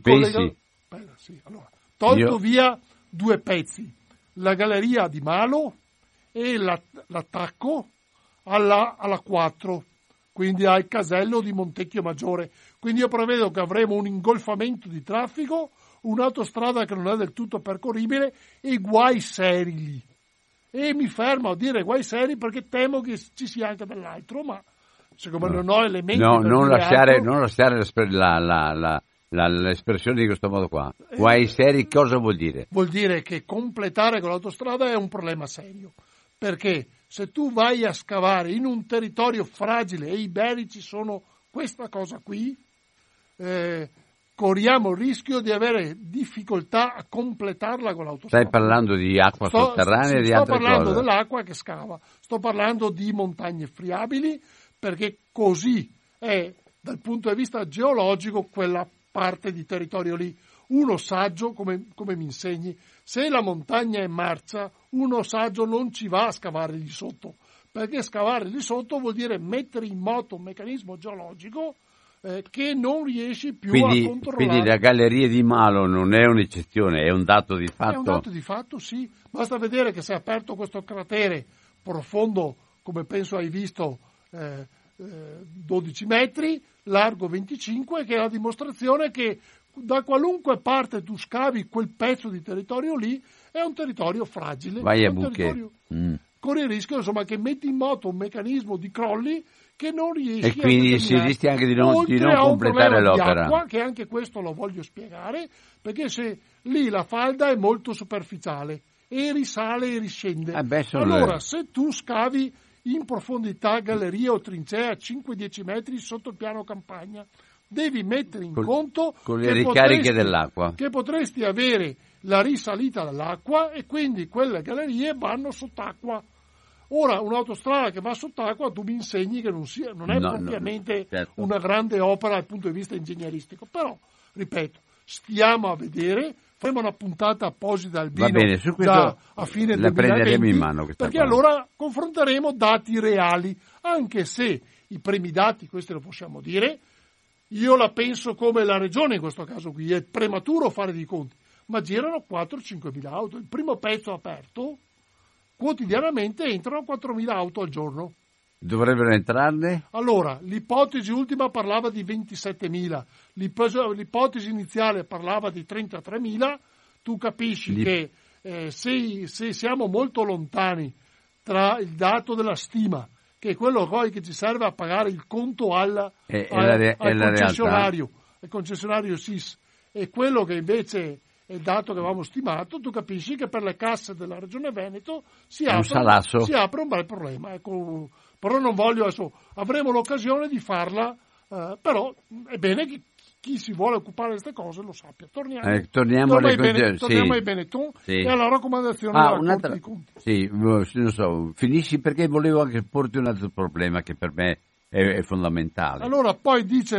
via due pezzi, la galleria di Malo e l'attacco alla 4, quindi al casello di Montecchio Maggiore. Quindi io prevedo che avremo un ingolfamento di traffico, un'autostrada che non è del tutto percorribile e guai seri lì. E mi fermo a dire guai seri perché temo che ci sia anche dell'altro, ma secondo me non ho elementi non lasciare l'espressione di questo modo qua. Guai seri cosa vuol dire? Vuol dire che completare con l'autostrada è un problema serio, perché se tu vai a scavare in un territorio fragile, e i iberici sono questa cosa qui, corriamo il rischio di avere difficoltà a completarla con l'autostrada. Stai parlando di acqua sotterranea e di altre cose? Sto parlando dell'acqua che scava, sto parlando di montagne friabili, perché così è dal punto di vista geologico quella parte di territorio lì. un ossaggio, come mi insegni, se la montagna è marcia, un ossaggio non ci va a scavare lì sotto, perché scavare lì sotto vuol dire mettere in moto un meccanismo geologico che non riesci più a controllare. Quindi la galleria di Malo non è un'eccezione, è un dato di fatto. È un dato di fatto, sì. Basta vedere che si è aperto questo cratere profondo, come penso hai visto, 12 metri, largo 25, che è la dimostrazione che da qualunque parte tu scavi quel pezzo di territorio lì, è un territorio fragile. Vai è a un buche. Corri il rischio, insomma, che metti in moto un meccanismo di crolli che non riesci e quindi si rischia anche di non completare l'opera. Acqua, che anche questo lo voglio spiegare, perché se lì la falda è molto superficiale e risale e riscende. Allora, se tu scavi in profondità gallerie o trincee a 5-10 metri sotto il piano campagna, devi mettere in conto con le ricariche dell'acqua, che potresti avere la risalita dell'acqua e quindi quelle gallerie vanno sott'acqua. Ora, un'autostrada che va sott'acqua, tu mi insegni che non è propriamente certo, una grande opera dal punto di vista ingegneristico. Però, ripeto, stiamo a vedere, faremo una puntata apposita al vino a fine 2020, in mano perché allora confronteremo dati reali, anche se i primi dati, questi lo possiamo dire, io la penso come la regione in questo caso qui, è prematuro fare dei conti, ma girano 4-5 mila auto. Il primo pezzo aperto, quotidianamente entrano 4.000 auto al giorno. Dovrebbero entrarne? Allora, l'ipotesi ultima parlava di 27.000, l'ipotesi iniziale parlava di 33.000, tu capisci che se siamo molto lontani tra il dato della stima, che è quello poi che ci serve a pagare il conto al concessionario SIS, e quello che invece è il dato che avevamo stimato, tu capisci che per le casse della Regione Veneto si apre un bel problema. Ecco, però non voglio adesso, avremo l'occasione di farla, però è bene che chi si vuole occupare di queste cose lo sappia. Torniamo ai Benetton e alla raccomandazione della Corte dei Conti. Sì, non so, finisci perché volevo anche porti un altro problema che per me è fondamentale. Allora, poi dice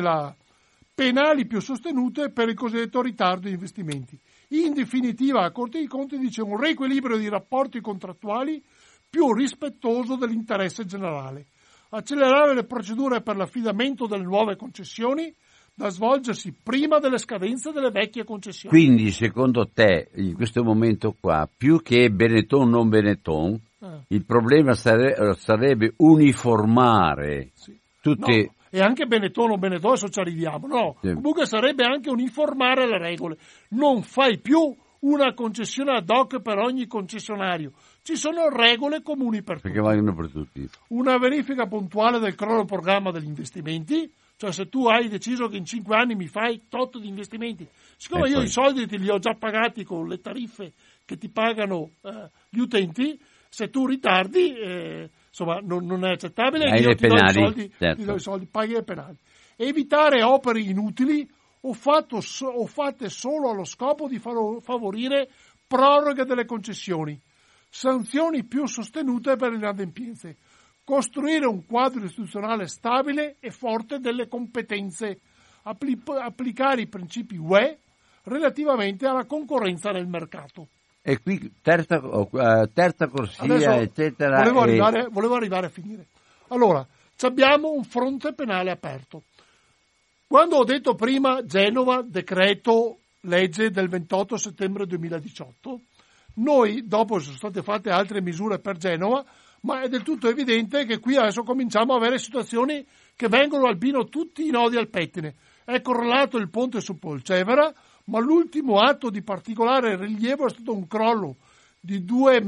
penali più sostenute per il cosiddetto ritardo di investimenti. In definitiva, la Corte dei Conti dice un riequilibrio di rapporti contrattuali più rispettoso dell'interesse generale, accelerare le procedure per l'affidamento delle nuove concessioni da svolgersi prima delle scadenze delle vecchie concessioni. Quindi, secondo te, in questo momento qua, più che Benetton non Benetton, il problema sarebbe uniformare tutte... No. E anche Benetton o Benetton, adesso ci arriviamo, no. Sì. Comunque sarebbe anche uniformare le regole. Non fai più una concessione ad hoc per ogni concessionario. Ci sono regole comuni per tutti. Perché valgono per tutti. Una verifica puntuale del cronoprogramma degli investimenti, cioè se tu hai deciso che in 5 anni mi fai tot di investimenti, siccome io i soldi te li ho già pagati con le tariffe che ti pagano gli utenti, se tu ritardi... insomma, non è accettabile, io ti do i soldi, paghi le penali. Evitare opere inutili o fatte solo allo scopo di favorire proroghe delle concessioni, sanzioni più sostenute per le inadempienze, costruire un quadro istituzionale stabile e forte delle competenze, applicare i principi UE relativamente alla concorrenza nel mercato. E qui terza corsia, adesso eccetera. Volevo arrivare a finire. Allora, abbiamo un fronte penale aperto. Quando ho detto prima Genova, decreto legge del 28 settembre 2018, noi dopo sono state fatte altre misure per Genova, ma è del tutto evidente che qui adesso cominciamo a avere situazioni che vengono al bino tutti i nodi al pettine. È correlato il ponte su Polcevera, ma l'ultimo atto di particolare rilievo è stato un crollo di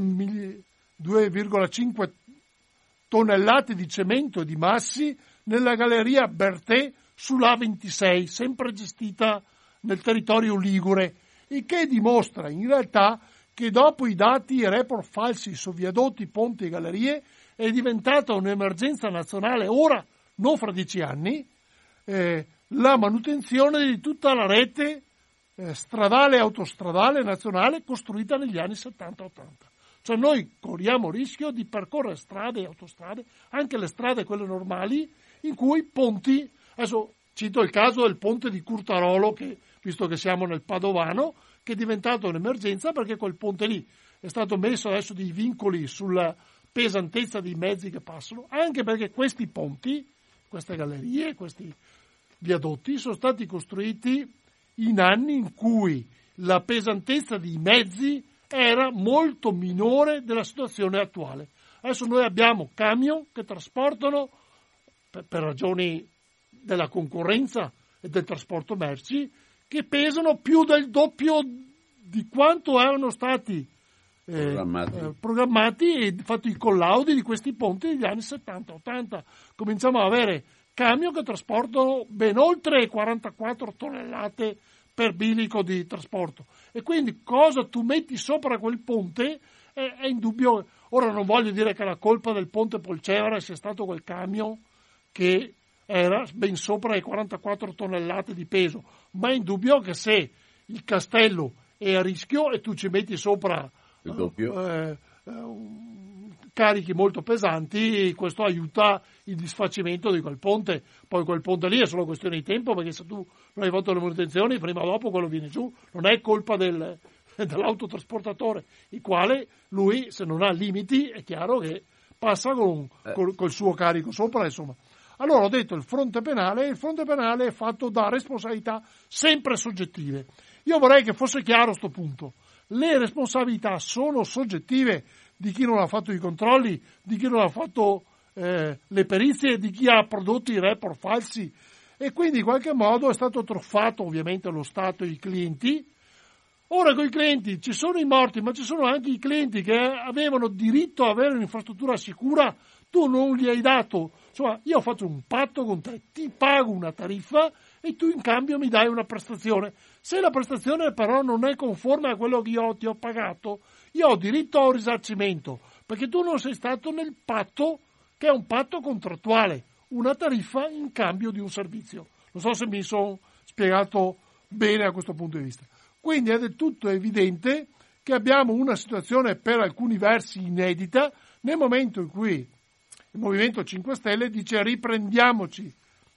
2,5 tonnellate di cemento e di massi nella galleria Bertè sull'A26, sempre gestita nel territorio ligure, il che dimostra in realtà che dopo i dati e report falsi su viadotti, ponti e gallerie è diventata un'emergenza nazionale ora, non fra 10 anni, la manutenzione di tutta la rete stradale e autostradale nazionale costruita negli anni 70-80. Cioè noi corriamo il rischio di percorrere strade e autostrade, anche le strade quelle normali, in cui ponti, adesso cito il caso del ponte di Curtarolo che visto che siamo nel Padovano, che è diventato un'emergenza perché quel ponte lì è stato messo adesso dei vincoli sulla pesantezza dei mezzi che passano, anche perché questi ponti, queste gallerie, questi viadotti sono stati costruiti in anni in cui la pesantezza dei mezzi era molto minore della situazione attuale. Adesso noi abbiamo camion che trasportano, per ragioni della concorrenza e del trasporto merci, che pesano più del doppio di quanto erano stati programmati e fatto i collaudi di questi ponti degli anni 70-80. Cominciamo ad avere camion che trasportano ben oltre 44 tonnellate per bilico di trasporto. E quindi cosa tu metti sopra quel ponte è indubbio. Ora non voglio dire che la colpa del ponte Polcevera sia stato quel camion che era ben sopra le 44 tonnellate di peso, ma è indubbio che se il castello è a rischio e tu ci metti sopra il doppio. Carichi molto pesanti, questo aiuta il disfacimento di quel ponte. Poi quel ponte lì è solo questione di tempo, perché se tu non hai fatto le manutenzioni, prima o dopo quello viene giù, non è colpa dell'autotrasportatore, il quale lui, se non ha limiti, è chiaro che passa col suo carico sopra, insomma. Allora ho detto il fronte penale è fatto da responsabilità sempre soggettive. Io vorrei che fosse chiaro sto punto. Le responsabilità sono soggettive di chi non ha fatto i controlli, di chi non ha fatto le perizie, di chi ha prodotto i report falsi, e quindi in qualche modo è stato truffato ovviamente lo Stato e i clienti. Ora con i clienti ci sono i morti, ma ci sono anche i clienti che avevano diritto a avere un'infrastruttura sicura, tu non gli hai dato. Insomma, io faccio un patto con te, ti pago una tariffa e tu in cambio mi dai una prestazione. Se la prestazione però non è conforme a quello che io ti ho pagato, io ho diritto a un risarcimento, perché tu non sei stato nel patto, che è un patto contrattuale, una tariffa in cambio di un servizio. Non so se mi sono spiegato bene a questo punto di vista. Quindi è del tutto evidente che abbiamo una situazione per alcuni versi inedita nel momento in cui il Movimento 5 Stelle dice riprendiamoci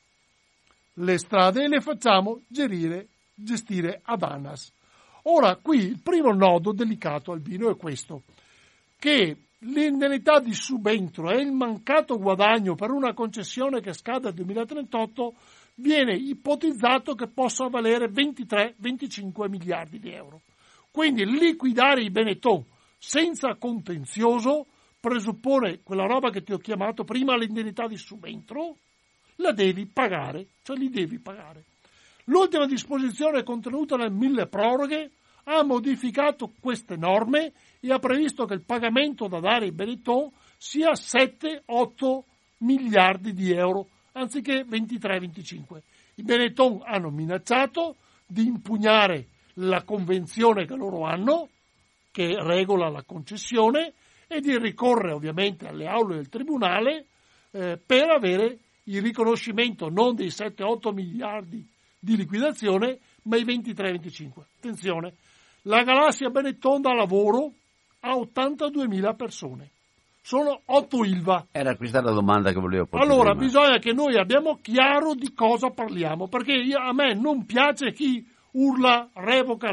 le strade e le facciamo gestire ad ANAS. Ora, qui il primo nodo delicato, Albino, è questo, che l'indennità di subentro e il mancato guadagno per una concessione che scade al 2038 viene ipotizzato che possa valere 23-25 miliardi di euro. Quindi liquidare i Benetton senza contenzioso presuppone quella roba che ti ho chiamato prima l'indennità di subentro, la devi pagare, cioè li devi pagare. L'ultima disposizione contenuta nel milleproroghe ha modificato queste norme e ha previsto che il pagamento da dare ai Benetton sia 7-8 miliardi di euro, anziché 23-25. I Benetton hanno minacciato di impugnare la convenzione che loro hanno, che regola la concessione, e di ricorrere ovviamente alle aule del tribunale per avere il riconoscimento non dei 7-8 miliardi di liquidazione, ma i 23-25. Attenzione, la Galassia Benetton dà lavoro a 82.000 persone. Sono 8 ILVA. Era questa la domanda che volevo porre. Allora, prima. bisogna che noi abbiamo chiaro di cosa parliamo, perché a me non piace chi urla revoca.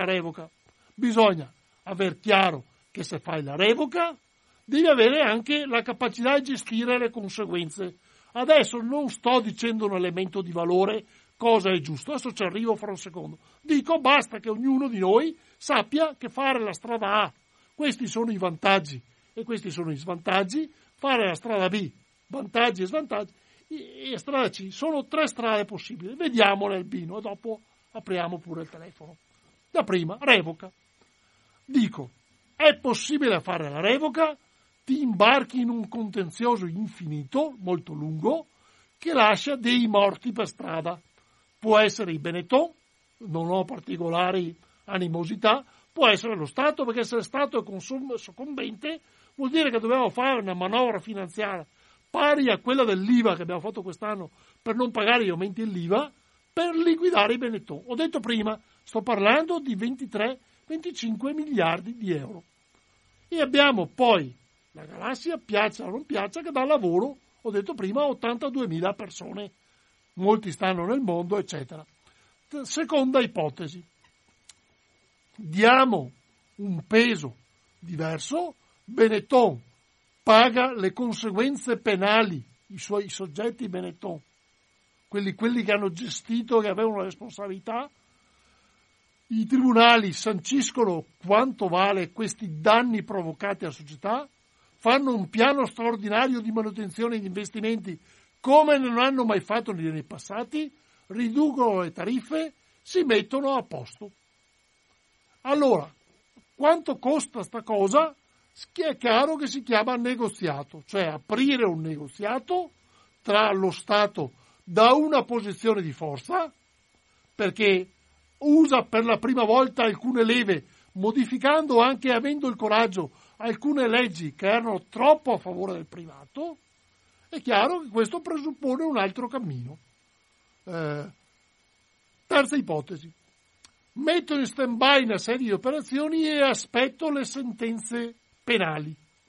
Bisogna aver chiaro che se fai la revoca devi avere anche la capacità di gestire le conseguenze. Adesso non sto dicendo un elemento di valore, cosa è giusto, adesso ci arrivo fra un secondo. Dico basta che ognuno di noi sappia che fare la strada A, questi sono i vantaggi e questi sono i svantaggi, fare la strada B, vantaggi e svantaggi, e strada C, sono 3 strade possibili, vediamole Albino e dopo apriamo pure il telefono. La prima, revoca. Dico, è possibile fare la revoca, ti imbarchi in un contenzioso infinito, molto lungo, che lascia dei morti per strada. Può essere i Benetton, non ho particolari animosità, può essere lo Stato, perché se lo Stato è soccombente vuol dire che dobbiamo fare una manovra finanziaria pari a quella dell'IVA che abbiamo fatto quest'anno per non pagare gli aumenti dell'IVA, per liquidare i Benetton. Ho detto prima, sto parlando di 23-25 miliardi di euro. E abbiamo poi la Galassia, piaccia o non piaccia, che dà lavoro, ho detto prima, a 82.000 persone. Molti stanno nel mondo, eccetera. Seconda ipotesi. Diamo un peso diverso, Benetton paga le conseguenze penali, i suoi soggetti Benetton, quelli che hanno gestito, che avevano la responsabilità. I tribunali sanciscono quanto vale questi danni provocati alla società, fanno un piano straordinario di manutenzione e di investimenti come non hanno mai fatto negli anni passati, riducono le tariffe, si mettono a posto. Allora, quanto costa sta cosa? È chiaro che si chiama negoziato, cioè aprire un negoziato tra lo Stato da una posizione di forza, perché usa per la prima volta alcune leve, modificando anche, avendo il coraggio, alcune leggi che erano troppo a favore del privato. È chiaro che questo presuppone un altro cammino. Terza ipotesi. Metto in stand-by una serie di operazioni e aspetto le sentenze penali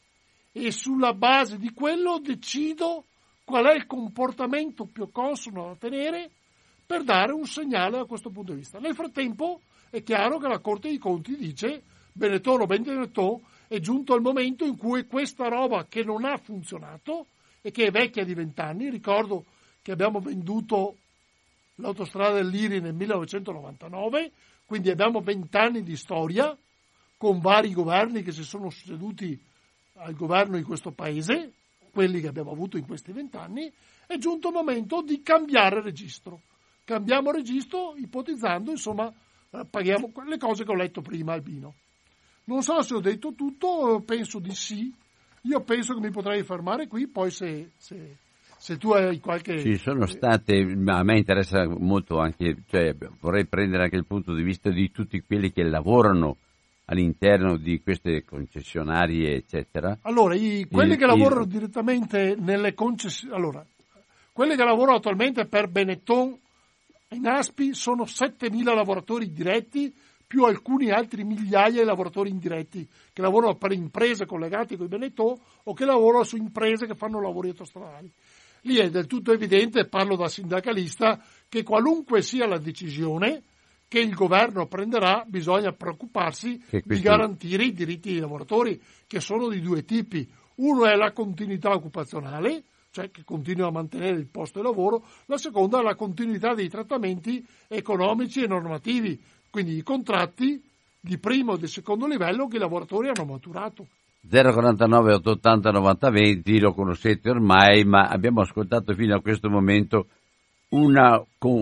e sulla base di quello decido qual è il comportamento più consono da tenere per dare un segnale da questo punto di vista. Nel frattempo è chiaro che la Corte dei Conti dice Benetton o Benetton, è giunto il momento in cui questa roba che non ha funzionato e che è vecchia di 20 anni, ricordo che abbiamo venduto l'autostrada del Liri nel 1999, quindi abbiamo 20 anni di storia con vari governi che si sono succeduti al governo di questo paese, quelli che abbiamo avuto in questi 20 anni, è giunto il momento di cambiare registro. Cambiamo registro ipotizzando, insomma, paghiamo le cose che ho letto prima, Albino. Non so se ho detto tutto, penso di sì. Io penso che mi potrei fermare qui, poi se tu hai qualche... Ci sono state, ma a me interessa molto anche, cioè vorrei prendere anche il punto di vista di tutti quelli che lavorano all'interno di queste concessionarie, eccetera. Allora, quelli che lavorano direttamente nelle concessionarie... Allora, quelli che lavorano attualmente per Benetton in Aspi sono 7.000 lavoratori diretti, più alcuni altri migliaia di lavoratori indiretti che lavorano per imprese collegate con i Benetton o che lavorano su imprese che fanno lavori autostradali. Lì è del tutto evidente, parlo da sindacalista, che qualunque sia la decisione che il governo prenderà, bisogna preoccuparsi di garantire i diritti dei lavoratori, che sono di due tipi. Uno è la continuità occupazionale, cioè che continuino a mantenere il posto di lavoro, la seconda è la continuità dei trattamenti economici e normativi, quindi i contratti di primo e di secondo livello che i lavoratori hanno maturato. 049 880 90 20, lo conoscete ormai, ma abbiamo ascoltato fino a questo momento una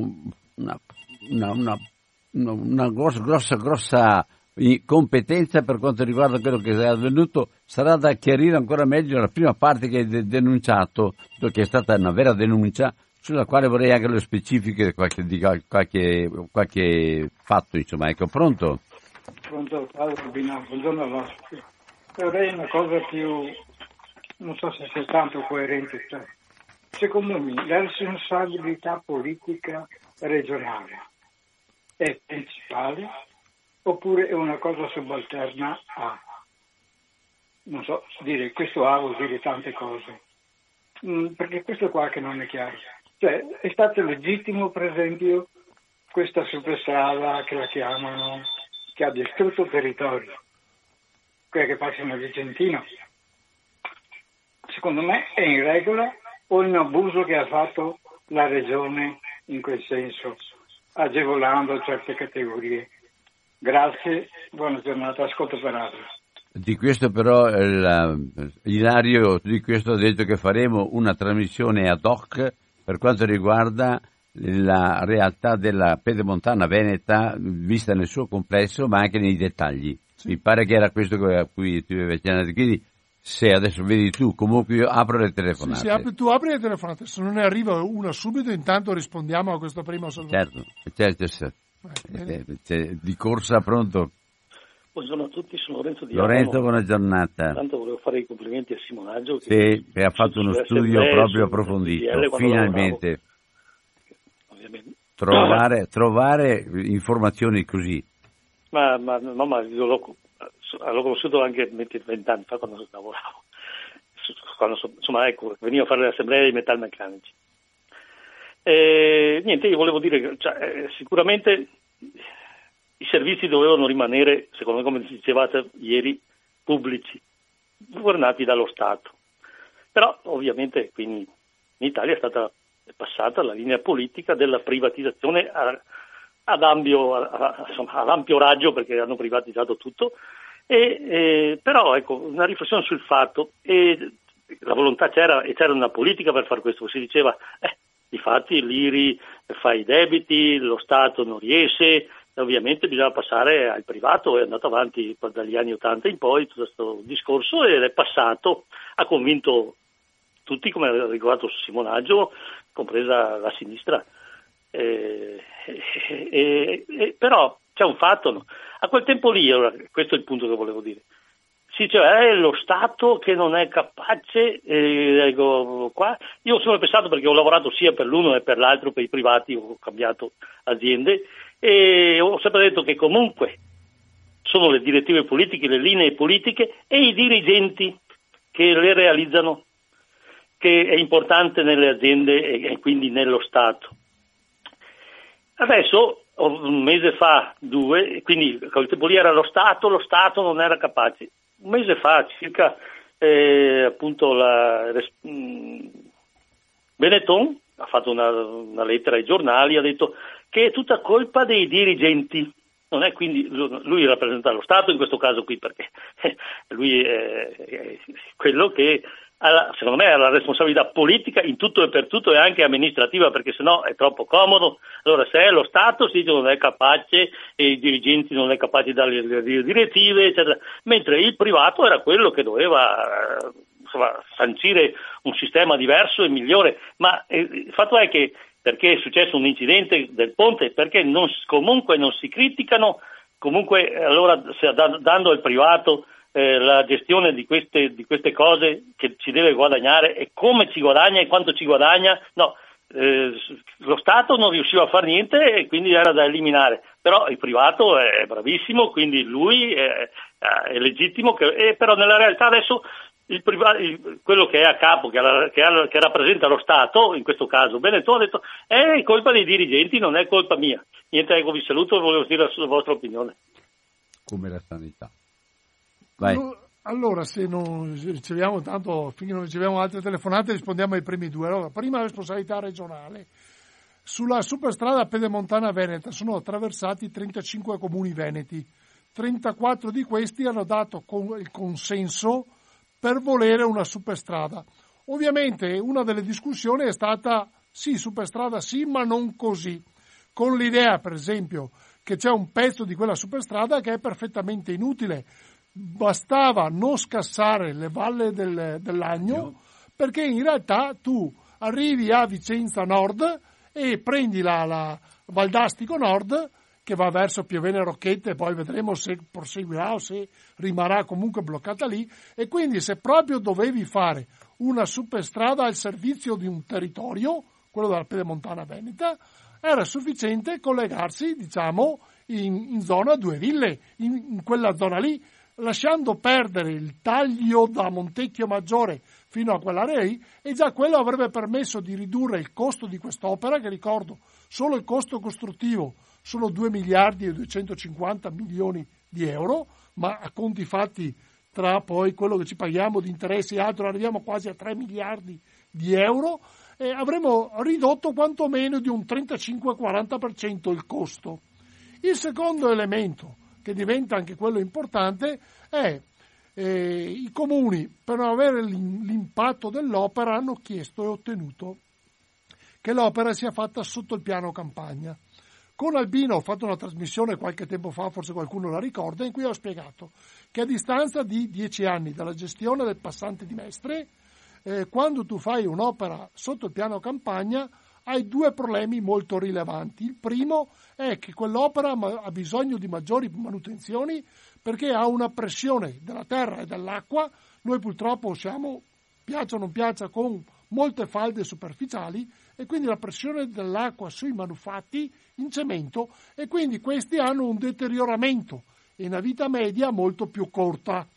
grossa competenza per quanto riguarda quello che è avvenuto. Sarà da chiarire ancora meglio la prima parte che hai denunciato, che è stata una vera denuncia, sulla quale vorrei anche lo specifico di qualche fatto, insomma. Ecco, pronto? Pronto, buongiorno all'ospite. Vorrei una cosa più, non so se sia tanto coerente. Secondo me la responsabilità politica regionale è principale oppure è una cosa subalterna a, non so, dire questo A vuol dire tante cose, perché questo qua che non è chiaro. Cioè, è stato legittimo, per esempio, questa superstrada che la chiamano, che ha distrutto territorio, quella che passa nel Vicentino. Secondo me è in regola o è un abuso che ha fatto la regione in quel senso, agevolando certe categorie. Grazie, buona giornata, ascolto per altro. Di questo però Ilario di questo ha detto che faremo una trasmissione ad hoc per quanto riguarda la realtà della pedemontana veneta vista nel suo complesso ma anche nei dettagli. Sì. Mi pare che era questo a cui tu avevi accennato, quindi se adesso vedi tu, comunque io apro le telefonate. Sì, tu apri le telefonate, se non ne arriva una subito intanto rispondiamo a questo primo osservazione. Certo. Di corsa, pronto? Buongiorno a tutti, sono Lorenzo Di Lorenzo, buona giornata. Intanto volevo fare i complimenti a Simonaggio che ha fatto uno studio proprio approfondito, finalmente. Trovare informazioni così. Ma io l'ho conosciuto anche 20 anni fa quando lavoravo. Insomma, ecco, venivo a fare le assemblee dei metalmeccanici. Niente, io volevo dire che sicuramente i servizi dovevano rimanere, secondo me, come dicevate ieri, pubblici, governati dallo Stato. Però ovviamente quindi in Italia è passata la linea politica della privatizzazione ad ampio raggio, perché hanno privatizzato tutto, però ecco, una riflessione sul fatto, la volontà c'era, e c'era una politica per far questo. Si diceva, difatti l'IRI fa i debiti, lo Stato non riesce, ovviamente bisogna passare al privato. È andato avanti dagli anni 80 in poi tutto questo discorso, ed è passato, ha convinto tutti, come ha ricordato Simonaggio, compresa la sinistra. Però c'è un fatto, no? A quel tempo lì, questo è il punto che volevo dire, si diceva è lo Stato che non è capace, qua. Io ho sempre pensato, perché ho lavorato sia per l'uno e per l'altro, per i privati, ho cambiato aziende, e ho sempre detto che comunque sono le direttive politiche, le linee politiche e i dirigenti che le realizzano, che è importante nelle aziende e quindi nello Stato. Adesso, un mese fa, 2, quindi quel tempo lì era lo Stato non era capace. Un mese fa circa, appunto, Benetton ha fatto una lettera ai giornali, ha detto che è tutta colpa dei dirigenti. Non è, quindi lui rappresenta lo Stato in questo caso qui, perché lui è quello che secondo me ha la responsabilità politica in tutto e per tutto, e anche amministrativa, perché sennò è troppo comodo. Allora, se è lo Stato, si dice non è capace, e i dirigenti non è capace di dare le direttive, eccetera. Mentre il privato era quello che doveva sancire un sistema diverso e migliore. Ma il fatto è che, perché è successo un incidente del ponte, perché comunque non si criticano, comunque allora dando al privato la gestione di queste cose che ci deve guadagnare, e come ci guadagna e quanto ci guadagna. No, lo Stato non riusciva a fare niente e quindi era da eliminare, però il privato è bravissimo, quindi lui è legittimo, però nella realtà adesso quello che è a capo, che rappresenta lo Stato, in questo caso Benetton, ha detto è colpa dei dirigenti, non è colpa mia. Niente, ecco, vi saluto e volevo dire la vostra opinione. Come la sanità. Vai. Allora, se non riceviamo finché non riceviamo altre telefonate, rispondiamo ai primi 2. Allora, prima responsabilità regionale. Sulla superstrada Pedemontana Veneta sono attraversati 35 comuni veneti. 34 di questi hanno dato il consenso per volere una superstrada. Ovviamente una delle discussioni è stata sì, superstrada sì, ma non così. Con l'idea, per esempio, che c'è un pezzo di quella superstrada che è perfettamente inutile. Bastava non scassare le valle dell'Agno, perché in realtà tu arrivi a Vicenza Nord e prendi la Valdastico Nord, che va verso Pievene Rocchette, e poi vedremo se proseguirà o se rimarrà comunque bloccata lì. E quindi, se proprio dovevi fare una superstrada al servizio di un territorio, quello della Pedemontana Veneta, era sufficiente collegarsi, diciamo, in zona Due Ville, in quella zona lì, lasciando perdere il taglio da Montecchio Maggiore fino a quell'area lì, e già quello avrebbe permesso di ridurre il costo di quest'opera, che ricordo, solo il costo costruttivo sono 2 miliardi e 250 milioni di euro, ma a conti fatti tra poi quello che ci paghiamo di interessi e altro arriviamo quasi a 3 miliardi di euro, e avremmo ridotto quantomeno di un 35-40% il costo. Il secondo elemento, che diventa anche quello importante, è i comuni, per non avere l'impatto dell'opera, hanno chiesto e ottenuto che l'opera sia fatta sotto il piano campagna. Con Albino ho fatto una trasmissione qualche tempo fa, forse qualcuno la ricorda, in cui ho spiegato che a distanza di 10 anni dalla gestione del passante di Mestre, quando tu fai un'opera sotto il piano campagna hai 2 problemi molto rilevanti. Il primo è che quell'opera ha bisogno di maggiori manutenzioni, perché ha una pressione della terra e dell'acqua. Noi purtroppo siamo, piaccia o non piaccia, con molte falde superficiali, e quindi la pressione dell'acqua sui manufatti in cemento, e quindi questi hanno un deterioramento e una vita media molto più corta.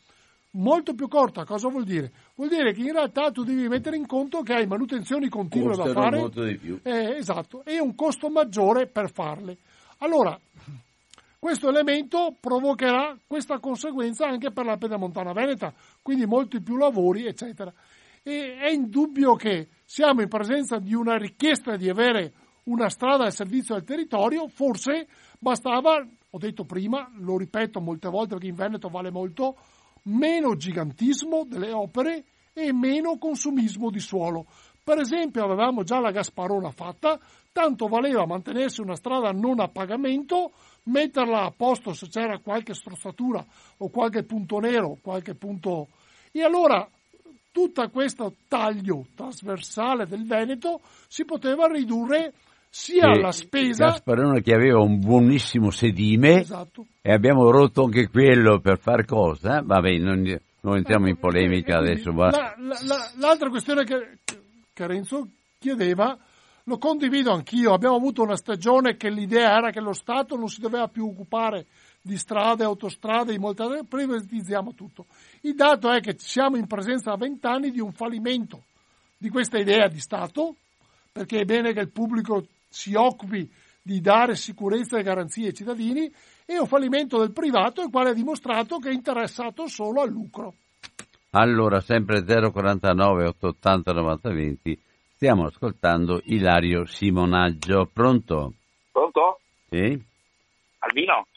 molto più corta. Cosa vuol dire? Vuol dire che in realtà tu devi mettere in conto che hai manutenzioni continue da fare, molto di più. Esatto, e un costo maggiore per farle. Allora, questo elemento provocherà questa conseguenza anche per la Pedemontana Veneta, quindi molti più lavori, eccetera. E è indubbio che siamo in presenza di una richiesta di avere una strada al servizio del territorio. Forse bastava, ho detto prima, lo ripeto molte volte perché in Veneto vale molto, meno gigantismo delle opere e meno consumismo di suolo. Per esempio avevamo già la Gasparona fatta, tanto valeva mantenersi una strada non a pagamento, metterla a posto se c'era qualche strozzatura o qualche punto nero, qualche punto... E allora tutto questo taglio trasversale del Veneto si poteva ridurre sia la spesa... Gasparona che aveva un buonissimo sedime, esatto, e abbiamo rotto anche quello per far cosa? Vabbè, non entriamo in polemica adesso. L'altra questione che Renzo chiedeva, lo condivido anch'io, abbiamo avuto una stagione che l'idea era che lo Stato non si doveva più occupare di strade, autostrade, di molte altre, privatizziamo tutto. Il dato è che siamo in presenza a 20 anni di un fallimento di questa idea di Stato, perché è bene che il pubblico si occupi di dare sicurezza e garanzie ai cittadini, e un fallimento del privato, il quale ha dimostrato che è interessato solo al lucro. Allora, sempre 049 880 90 20, stiamo ascoltando Ilario Simonaggio. Pronto? Pronto? Sì? Albino?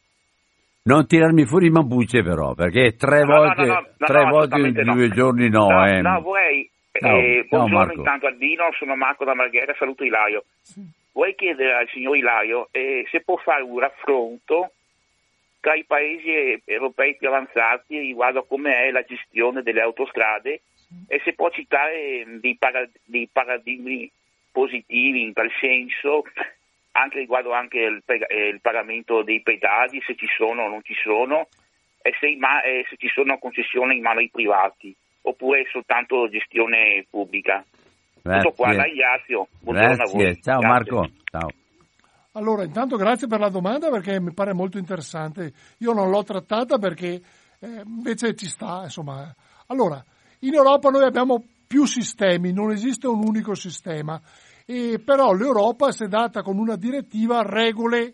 Non tirarmi fuori Mabucce però, perché tre volte in 2 giorni no. No, vorrei... buongiorno Marco. Intanto Albino, sono Marco da Marghera, saluto Ilario. Sì. Vorrei chiedere al signor Ilario se può fare un raffronto tra i paesi europei più avanzati riguardo a come è la gestione delle autostrade, e se può citare dei paradigmi positivi in tal senso, anche riguardo anche il pagamento dei pedaggi, se ci sono o non ci sono, e se ci sono concessioni in mano ai privati, oppure soltanto gestione pubblica. Grazie. Tutto qua, la ringrazio. Buongiorno a voi. Ciao Grazie. Marco. Ciao. Allora, intanto grazie per la domanda, perché mi pare molto interessante. Io non l'ho trattata perché invece ci sta, insomma. Allora, in Europa noi abbiamo più sistemi, non esiste un unico sistema, però l'Europa si è data con una direttiva regole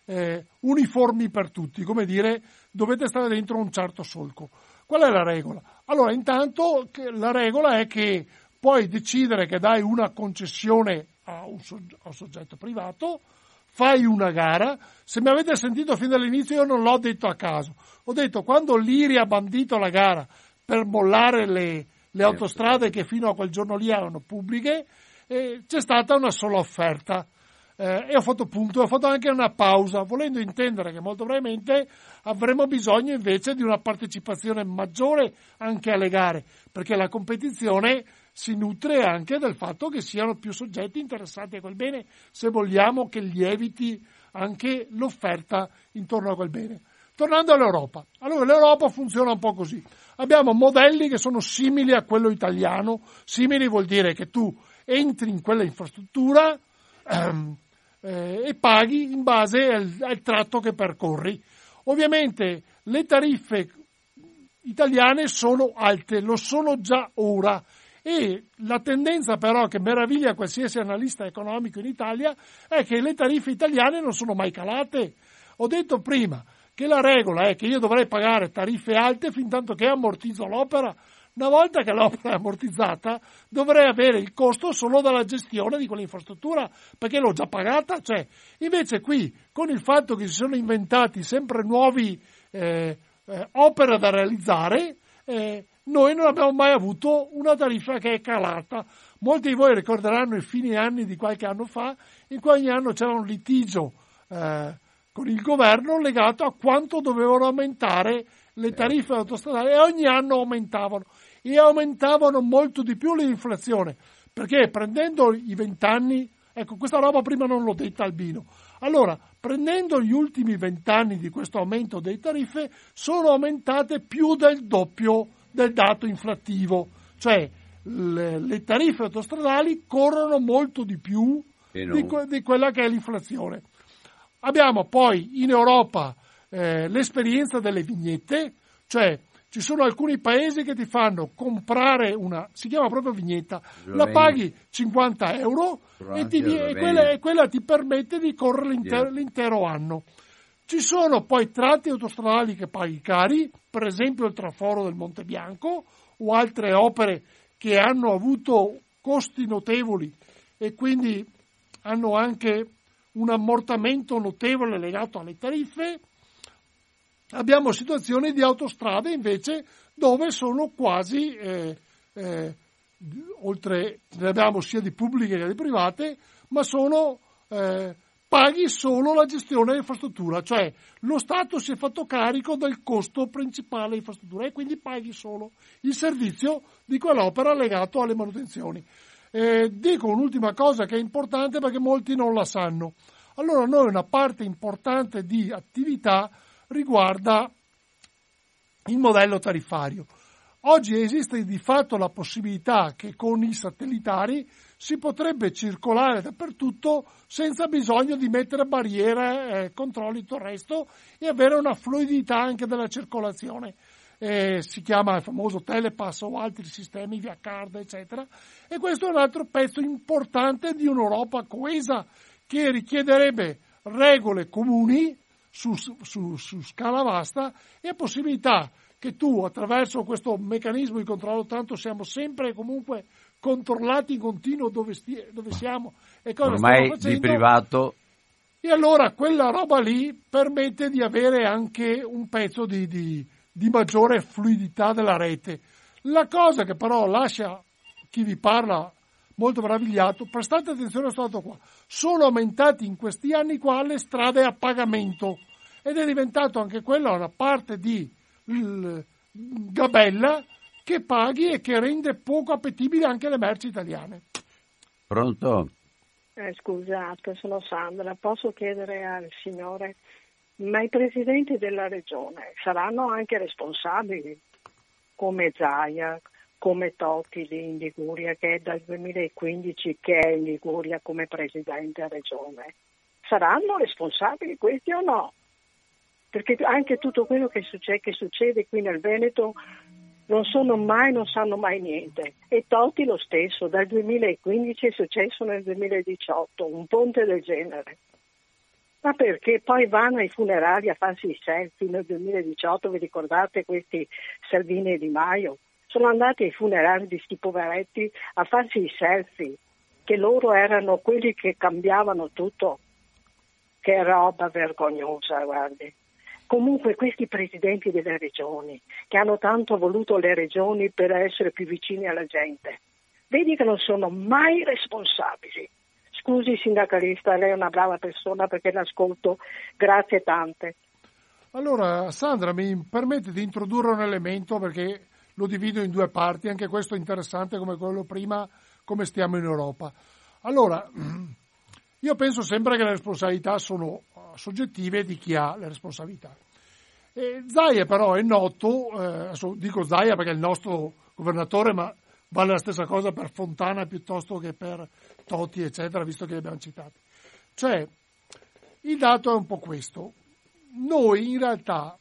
uniformi per tutti, come dire, dovete stare dentro un certo solco. Qual è la regola? Allora, intanto la regola è che puoi decidere che dai una concessione a un soggetto privato, fai una gara. Se mi avete sentito fin dall'inizio, io non l'ho detto a caso. Ho detto, quando l'IRI ha bandito la gara per mollare le autostrade che fino a quel giorno lì erano pubbliche, c'è stata una sola offerta. E ho fatto punto, ho fatto anche una pausa, volendo intendere che molto probabilmente avremo bisogno invece di una partecipazione maggiore anche alle gare, perché la competizione si nutre anche del fatto che siano più soggetti interessati a quel bene, se vogliamo che lieviti anche l'offerta intorno a quel bene. Tornando all'Europa, allora l'Europa funziona un po' così, abbiamo modelli che sono simili a quello italiano. Simili vuol dire che tu entri in quella infrastruttura e paghi in base al tratto che percorri. Ovviamente le tariffe italiane sono alte, lo sono già ora, e la tendenza però che meraviglia qualsiasi analista economico in Italia è che le tariffe italiane non sono mai calate. Ho detto prima che la regola è che io dovrei pagare tariffe alte fin tanto che ammortizzo l'opera. Una volta che l'opera è ammortizzata, dovrei avere il costo solo dalla gestione di quell'infrastruttura, perché l'ho già pagata. Cioè, invece qui, con il fatto che si sono inventati sempre nuovi opere da realizzare, noi non abbiamo mai avuto una tariffa che è calata. Molti di voi ricorderanno i fine anni di qualche anno fa, in cui ogni anno c'era un litigio con il governo legato a quanto dovevano aumentare le tariffe autostradali, e ogni anno aumentavano, e aumentavano molto di più l'inflazione, perché prendendo i 20 anni, ecco, questa roba prima non l'ho detta Albino, allora, prendendo gli ultimi 20 anni di questo aumento delle tariffe, sono aumentate più del doppio del dato inflattivo, cioè le tariffe autostradali corrono molto di più di quella che è l'inflazione. Abbiamo poi in Europa l'esperienza delle vignette, cioè Ci sono alcuni paesi che ti fanno comprare si chiama proprio vignetta, la paghi 50 euro e quella ti permette di correre l'intero anno. Ci sono poi tratti autostradali che paghi cari, per esempio il traforo del Monte Bianco o altre opere che hanno avuto costi notevoli e quindi hanno anche un ammortamento notevole legato alle tariffe. Abbiamo situazioni di autostrade invece dove sono quasi, oltre, ne abbiamo sia di pubbliche che di private, ma paghi solo la gestione dell'infrastruttura, cioè lo Stato si è fatto carico del costo principale dell'infrastruttura e quindi paghi solo il servizio di quell'opera legato alle manutenzioni. Dico un'ultima cosa che è importante perché molti non la sanno. Allora noi una parte importante di attività riguarda il modello tariffario. Oggi esiste di fatto la possibilità che con i satellitari si potrebbe circolare dappertutto senza bisogno di mettere barriere, controlli, tutto il resto e avere una fluidità anche della circolazione. Si chiama il famoso telepass o altri sistemi via card, eccetera. E questo è un altro pezzo importante di un'Europa coesa che richiederebbe regole comuni su scala vasta e possibilità che tu attraverso questo meccanismo di controllo, tanto siamo sempre e comunque controllati in continuo dove siamo e cosa ormai stiamo facendo. Di privato. E allora quella roba lì permette di avere anche un pezzo di maggiore fluidità della rete. La cosa che però lascia chi vi parla molto meravigliato, prestate attenzione a questo dato qua, sono aumentati in questi anni qua le strade a pagamento ed è diventato anche quella una parte di gabella che paghi e che rende poco appetibile anche le merci italiane. Pronto? Scusate, sono Sandra, posso chiedere al signore, ma i presidenti della regione saranno anche responsabili come Zaia, come Totti lì in Liguria, che è dal 2015 che è in Liguria come presidente della regione? Saranno responsabili questi o no? Perché anche tutto quello che succede qui nel Veneto non sanno mai niente. E Totti lo stesso, dal 2015 è successo nel 2018, un ponte del genere. Ma perché poi vanno ai funerali a farsi i selfie nel 2018, vi ricordate questi Salvini e Di Maio? Sono andati ai funerali di sti poveretti a farsi i selfie, che loro erano quelli che cambiavano tutto. Che roba vergognosa, guardi. Comunque questi presidenti delle regioni, che hanno tanto voluto le regioni per essere più vicini alla gente, vedi che non sono mai responsabili. Scusi sindacalista, lei è una brava persona perché l'ascolto, grazie tante. Allora Sandra mi permette di introdurre un elemento perché lo divido in due parti, anche questo è interessante come quello prima, come stiamo in Europa. Allora, io penso sempre che le responsabilità sono soggettive di chi ha le responsabilità. Zaia però è noto, dico Zaia perché è il nostro governatore, ma vale la stessa cosa per Fontana piuttosto che per Totti, eccetera, visto che li abbiamo citati. Cioè, il dato è un po' questo. Noi in realtà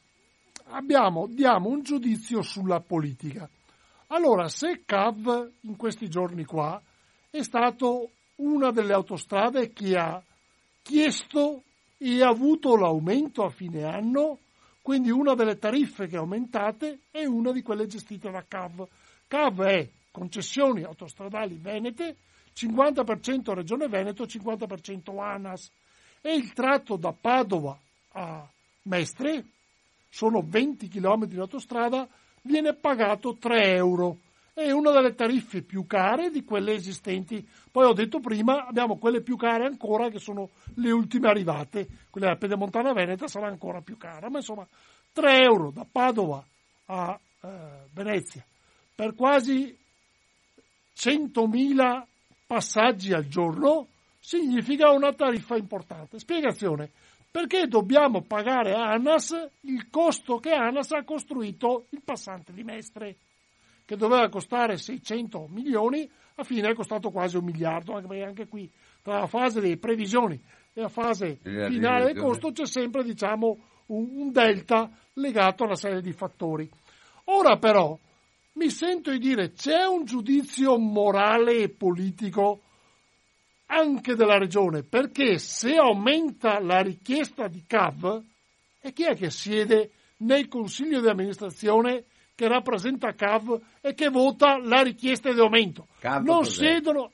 diamo un giudizio sulla politica. Allora, se CAV in questi giorni qua è stato una delle autostrade che ha chiesto e ha avuto l'aumento a fine anno, quindi una delle tariffe che aumentate è una di quelle gestite da CAV. CAV è concessioni autostradali venete, 50% Regione Veneto, 50% ANAS. E il tratto da Padova a Mestre, sono 20 km di autostrada, viene pagato 3 euro. È una delle tariffe più care di quelle esistenti. Poi ho detto prima, abbiamo quelle più care ancora che sono le ultime arrivate. Quella della Pedemontana Veneta sarà ancora più cara, ma insomma 3 euro da Padova a Venezia per quasi 100.000 passaggi al giorno significa una tariffa importante. Spiegazione: perché dobbiamo pagare a ANAS il costo che ANAS ha costruito il passante di Mestre, che doveva costare 600 milioni, a fine è costato quasi 1 miliardo, anche perché anche qui tra la fase delle previsioni e la fase finale del costo c'è sempre, diciamo, un delta legato a una serie di fattori. Ora però mi sento di dire, c'è un giudizio morale e politico anche della regione, perché se aumenta la richiesta di CAV, e chi è che siede nel consiglio di amministrazione che rappresenta CAV e che vota la richiesta di aumento? CAV non cos'è? siedono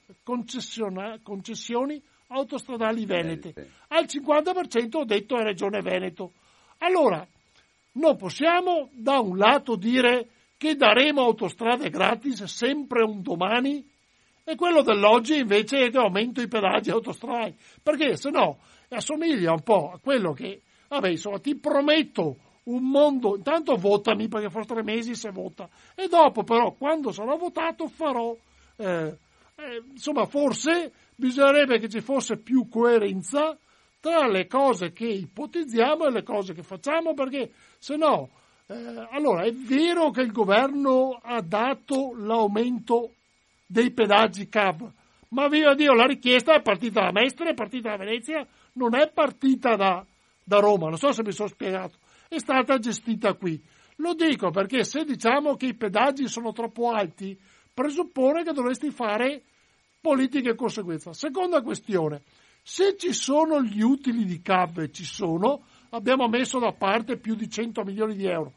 concessioni autostradali venete. Al 50% ho detto è Regione Veneto. Allora, non possiamo da un lato dire che daremo autostrade gratis sempre un domani e quello dell'oggi invece è che aumento i pedaggi autostradali, perché se no assomiglia un po' a quello che, vabbè, insomma, ti prometto un mondo, intanto votami perché fra 3 mesi si vota e dopo però quando sarò votato farò, insomma, forse bisognerebbe che ci fosse più coerenza tra le cose che ipotizziamo e le cose che facciamo, perché se no, allora è vero che il governo ha dato l'aumento dei pedaggi CAV, ma viva Dio, la richiesta è partita da Mestre, è partita da Venezia, non è partita da Roma, non so se mi sono spiegato, è stata gestita qui. Lo dico perché se diciamo che i pedaggi sono troppo alti, presuppone che dovresti fare politiche in conseguenza. Seconda questione, se ci sono gli utili di CAV, e ci sono, abbiamo messo da parte più di 100 milioni di euro,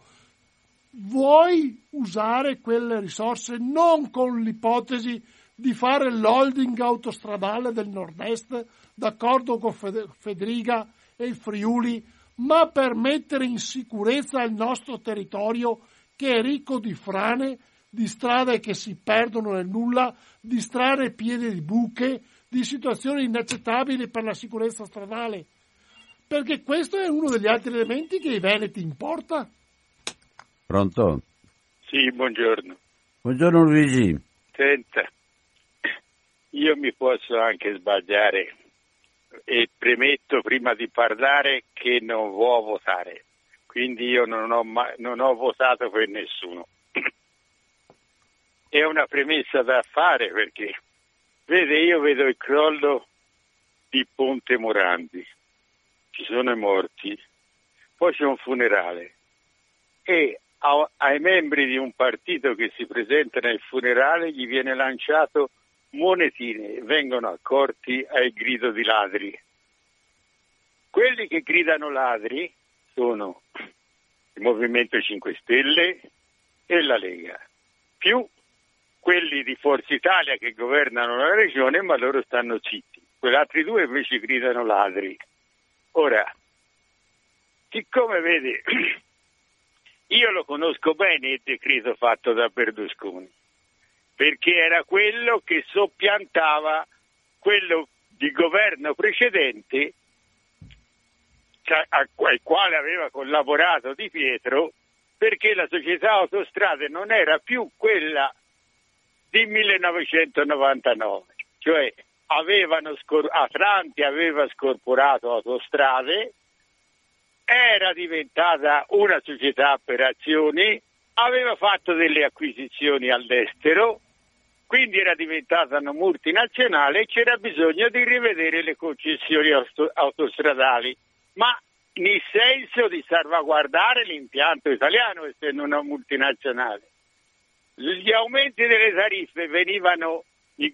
vuoi usare quelle risorse non con l'ipotesi di fare l'holding autostradale del nord-est, d'accordo con Federica e il Friuli, ma per mettere in sicurezza il nostro territorio che è ricco di frane, di strade che si perdono nel nulla, di strade piene di buche, di situazioni inaccettabili per la sicurezza stradale? Perché questo è uno degli altri elementi che i veneti importa. Pronto? Sì, buongiorno. Buongiorno Luigi. Senta, io mi posso anche sbagliare e premetto prima di parlare che non voglio votare, quindi io non ho votato per nessuno. È una premessa da fare perché, vede, io vedo il crollo di Ponte Morandi, ci sono i morti, poi c'è un funerale e ai membri di un partito che si presentano al funerale gli viene lanciato monetine, vengono accolti al grido di ladri. Quelli che gridano ladri sono il Movimento 5 Stelle e la Lega, più quelli di Forza Italia che governano la regione, ma loro stanno zitti. Quegli altri due invece gridano ladri. Ora, siccome vede, io lo conosco bene il decreto fatto da Berlusconi, perché era quello che soppiantava quello di governo precedente al quale aveva collaborato Di Pietro, perché la società Autostrade non era più quella di 1999, cioè Atlanti aveva scorporato Autostrade, era diventata una società per azioni, aveva fatto delle acquisizioni all'estero, quindi era diventata una multinazionale e c'era bisogno di rivedere le concessioni autostradali, ma nel senso di salvaguardare l'impianto italiano, essendo una multinazionale. Gli aumenti delle tariffe venivano,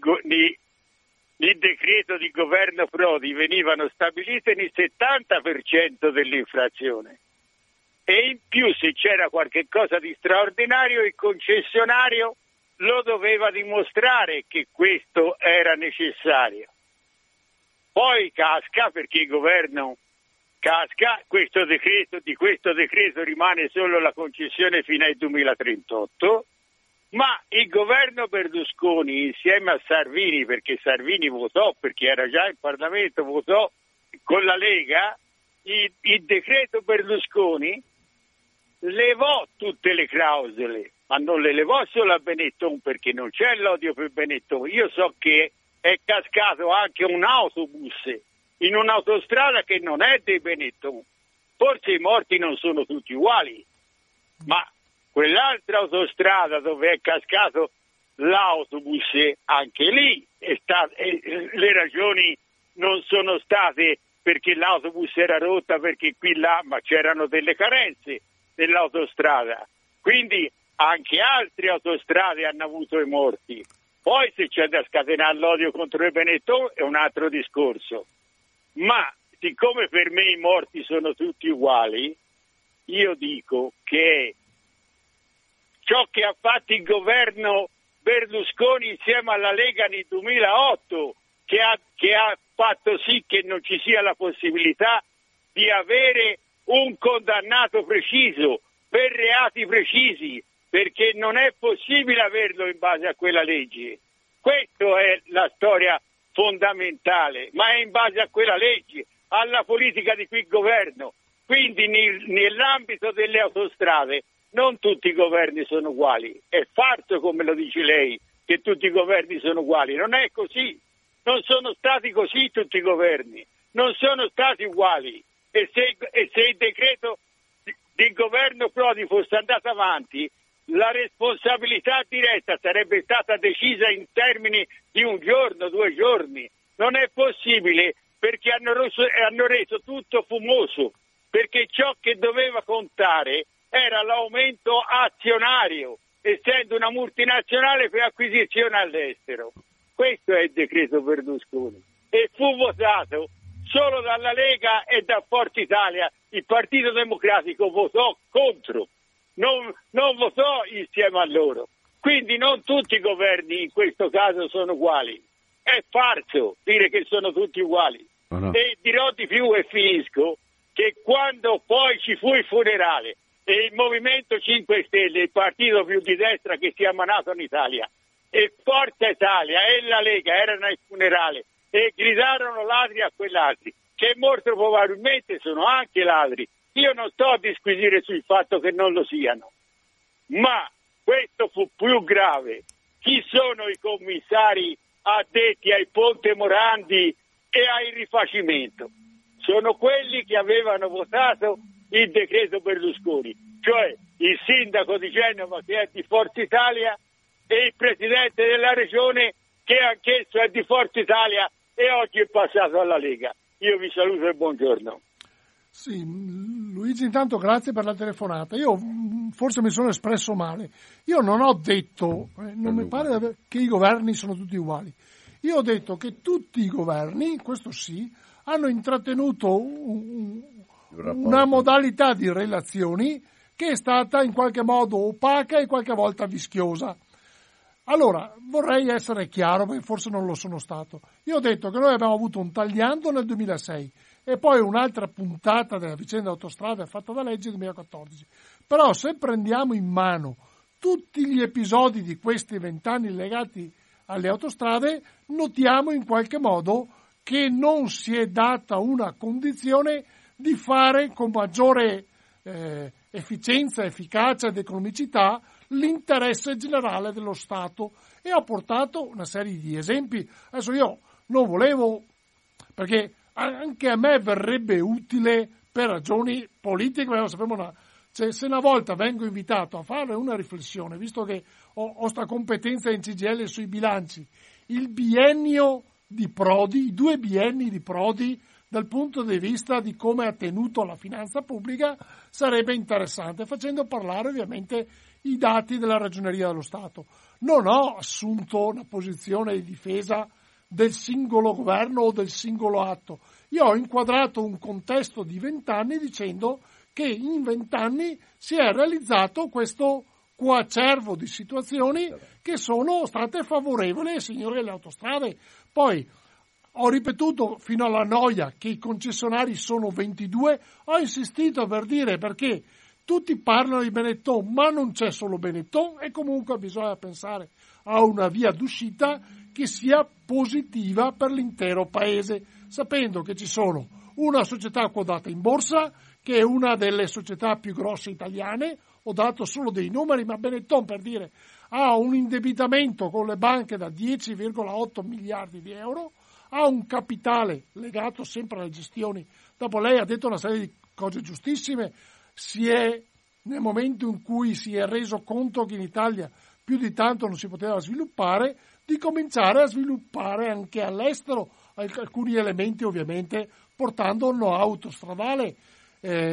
nel decreto di governo Prodi, venivano stabilite nel 70% dell'inflazione. E in più, se c'era qualche cosa di straordinario, il concessionario lo doveva dimostrare che questo era necessario. Poi casca, perché il governo casca, di questo decreto rimane solo la concessione fino al 2038, ma il governo Berlusconi insieme a Salvini, perché Salvini votò, perché era già in Parlamento, votò con la Lega, il decreto Berlusconi levò tutte le clausole, ma non le levò solo a Benetton, perché non c'è l'odio per Benetton. Io so che è cascato anche un autobus in un'autostrada che non è dei Benetton. Forse i morti non sono tutti uguali, ma quell'altra autostrada dove è cascato l'autobus, anche lì le ragioni non sono state perché l'autobus era rotta, perché qui là, ma c'erano delle carenze nell'autostrada. Quindi anche altre autostrade hanno avuto i morti. Poi se c'è da scatenare l'odio contro il Benetton è un altro discorso. Ma siccome per me i morti sono tutti uguali, io dico che ciò che ha fatto il governo Berlusconi insieme alla Lega nel 2008, che ha fatto sì che non ci sia la possibilità di avere un condannato preciso per reati precisi, perché non è possibile averlo in base a quella legge. Questa è la storia fondamentale, ma è in base a quella legge, alla politica di quel governo. Quindi nell'ambito delle autostrade non tutti i governi sono uguali. È falso, come lo dice lei, che tutti i governi sono uguali. Non è così. Non sono stati così tutti i governi. Non sono stati uguali. E se il decreto del governo Prodi fosse andato avanti, la responsabilità diretta sarebbe stata decisa in termini di un giorno, 2 giorni. Non è possibile, perché hanno reso tutto fumoso, perché ciò che doveva contare era l'aumento azionario, essendo una multinazionale per acquisizione all'estero. Questo è il decreto Berlusconi e fu votato solo dalla Lega e da Forza Italia. Il Partito Democratico votò contro, non votò insieme a loro. Quindi non tutti i governi in questo caso sono uguali. È falso dire che sono tutti uguali. No. E dirò di più e finisco, che quando poi ci fu il funerale e il Movimento 5 Stelle, il partito più di destra che si è nato in Italia, e Forza Italia e la Lega erano al funerale e gridarono ladri a quell'altri, che molto probabilmente sono anche ladri. Io non sto a disquisire sul fatto che non lo siano, ma questo fu più grave. Chi sono i commissari addetti ai Ponte Morandi e al rifacimento? Sono quelli che avevano votato il decreto Berlusconi, cioè il sindaco di Genova che è di Forza Italia e il presidente della regione che anch'esso è di Forza Italia e oggi è passato alla Lega. Io vi saluto e buongiorno. Sì, Luigi, intanto grazie per la telefonata. Io forse mi sono espresso male. Io non ho detto, non mi pare che i governi sono tutti uguali. Io ho detto che tutti i governi, questo sì, hanno intrattenuto una modalità di relazioni che è stata in qualche modo opaca e qualche volta vischiosa. Allora, vorrei essere chiaro, perché forse non lo sono stato. Io ho detto che noi abbiamo avuto un tagliando nel 2006 e poi un'altra puntata della vicenda autostrade fatta da legge nel 2014. Però se prendiamo in mano tutti gli episodi di questi 20 anni legati alle autostrade, notiamo in qualche modo che non si è data una condizione di fare con maggiore efficienza, efficacia ed economicità l'interesse generale dello Stato, e ho portato una serie di esempi. Adesso io non volevo, perché anche a me verrebbe utile per ragioni politiche, se una volta vengo invitato a fare una riflessione, visto che ho sta competenza in CGIL sui bilanci, il biennio di Prodi, i 2 bienni di Prodi dal punto di vista di come ha tenuto la finanza pubblica, sarebbe interessante, facendo parlare ovviamente i dati della Ragioneria dello Stato. Non ho assunto una posizione di difesa del singolo governo o del singolo atto. Io ho inquadrato un contesto di 20 anni dicendo che in 20 anni si è realizzato questo coacervo di situazioni che sono state favorevoli ai signori delle autostrade. Poi ho ripetuto fino alla noia che i concessionari sono 22, ho insistito per dire perché tutti parlano di Benetton, ma non c'è solo Benetton e comunque bisogna pensare a una via d'uscita che sia positiva per l'intero paese, sapendo che ci sono una società quotata in borsa, che è una delle società più grosse italiane. Ho dato solo dei numeri, ma Benetton, per dire, ha un indebitamento con le banche da 10,8 miliardi di euro, ha un capitale legato sempre alle gestioni. Dopo lei ha detto una serie di cose giustissime, nel momento in cui si è reso conto che in Italia più di tanto non si poteva sviluppare, di cominciare a sviluppare anche all'estero alcuni elementi, ovviamente portando il know-how autostradale.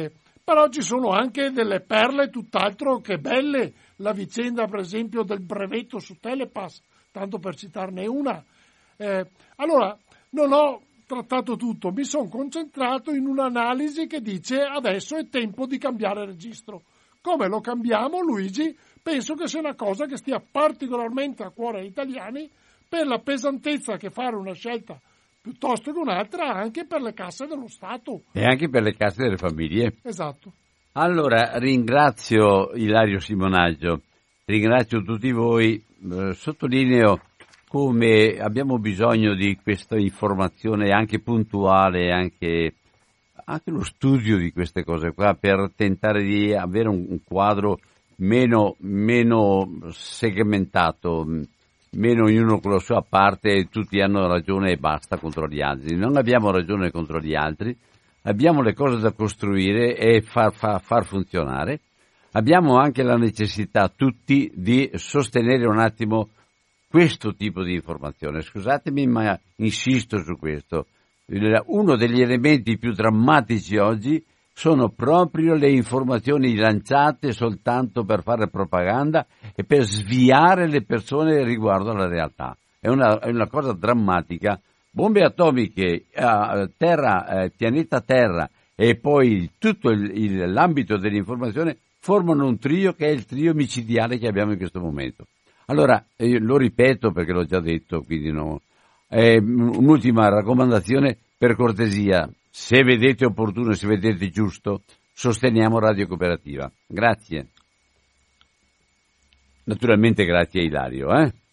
Però ci sono anche delle perle tutt'altro che belle, la vicenda per esempio del brevetto su Telepass, tanto per citarne una. Allora, non ho trattato tutto, mi sono concentrato in un'analisi che dice adesso è tempo di cambiare registro. Come lo cambiamo, Luigi? Penso che sia una cosa che stia particolarmente a cuore agli italiani per la pesantezza che fare una scelta piuttosto che un'altra, anche per le casse dello Stato. E anche per le casse delle famiglie. Esatto. Allora, ringrazio Ilario Simonaggio, ringrazio tutti voi, sottolineo come abbiamo bisogno di questa informazione anche puntuale, anche lo studio di queste cose qua, per tentare di avere un quadro meno segmentato, meno ognuno con la sua parte, tutti hanno ragione e basta contro gli altri. Non abbiamo ragione contro gli altri, abbiamo le cose da costruire e far funzionare. Abbiamo anche la necessità tutti di sostenere un attimo questo tipo di informazione. Scusatemi, ma insisto su questo. Uno degli elementi più drammatici oggi sono proprio le informazioni lanciate soltanto per fare propaganda e per sviare le persone riguardo alla realtà. È una cosa drammatica. Bombe atomiche, pianeta Terra e poi tutto l'ambito dell'informazione formano un trio che è il trio micidiale che abbiamo in questo momento. Allora, lo ripeto perché l'ho già detto, quindi no. Un'ultima raccomandazione, per cortesia, se vedete opportuno, se vedete giusto, sosteniamo Radio Cooperativa. Grazie. Naturalmente grazie a Ilario,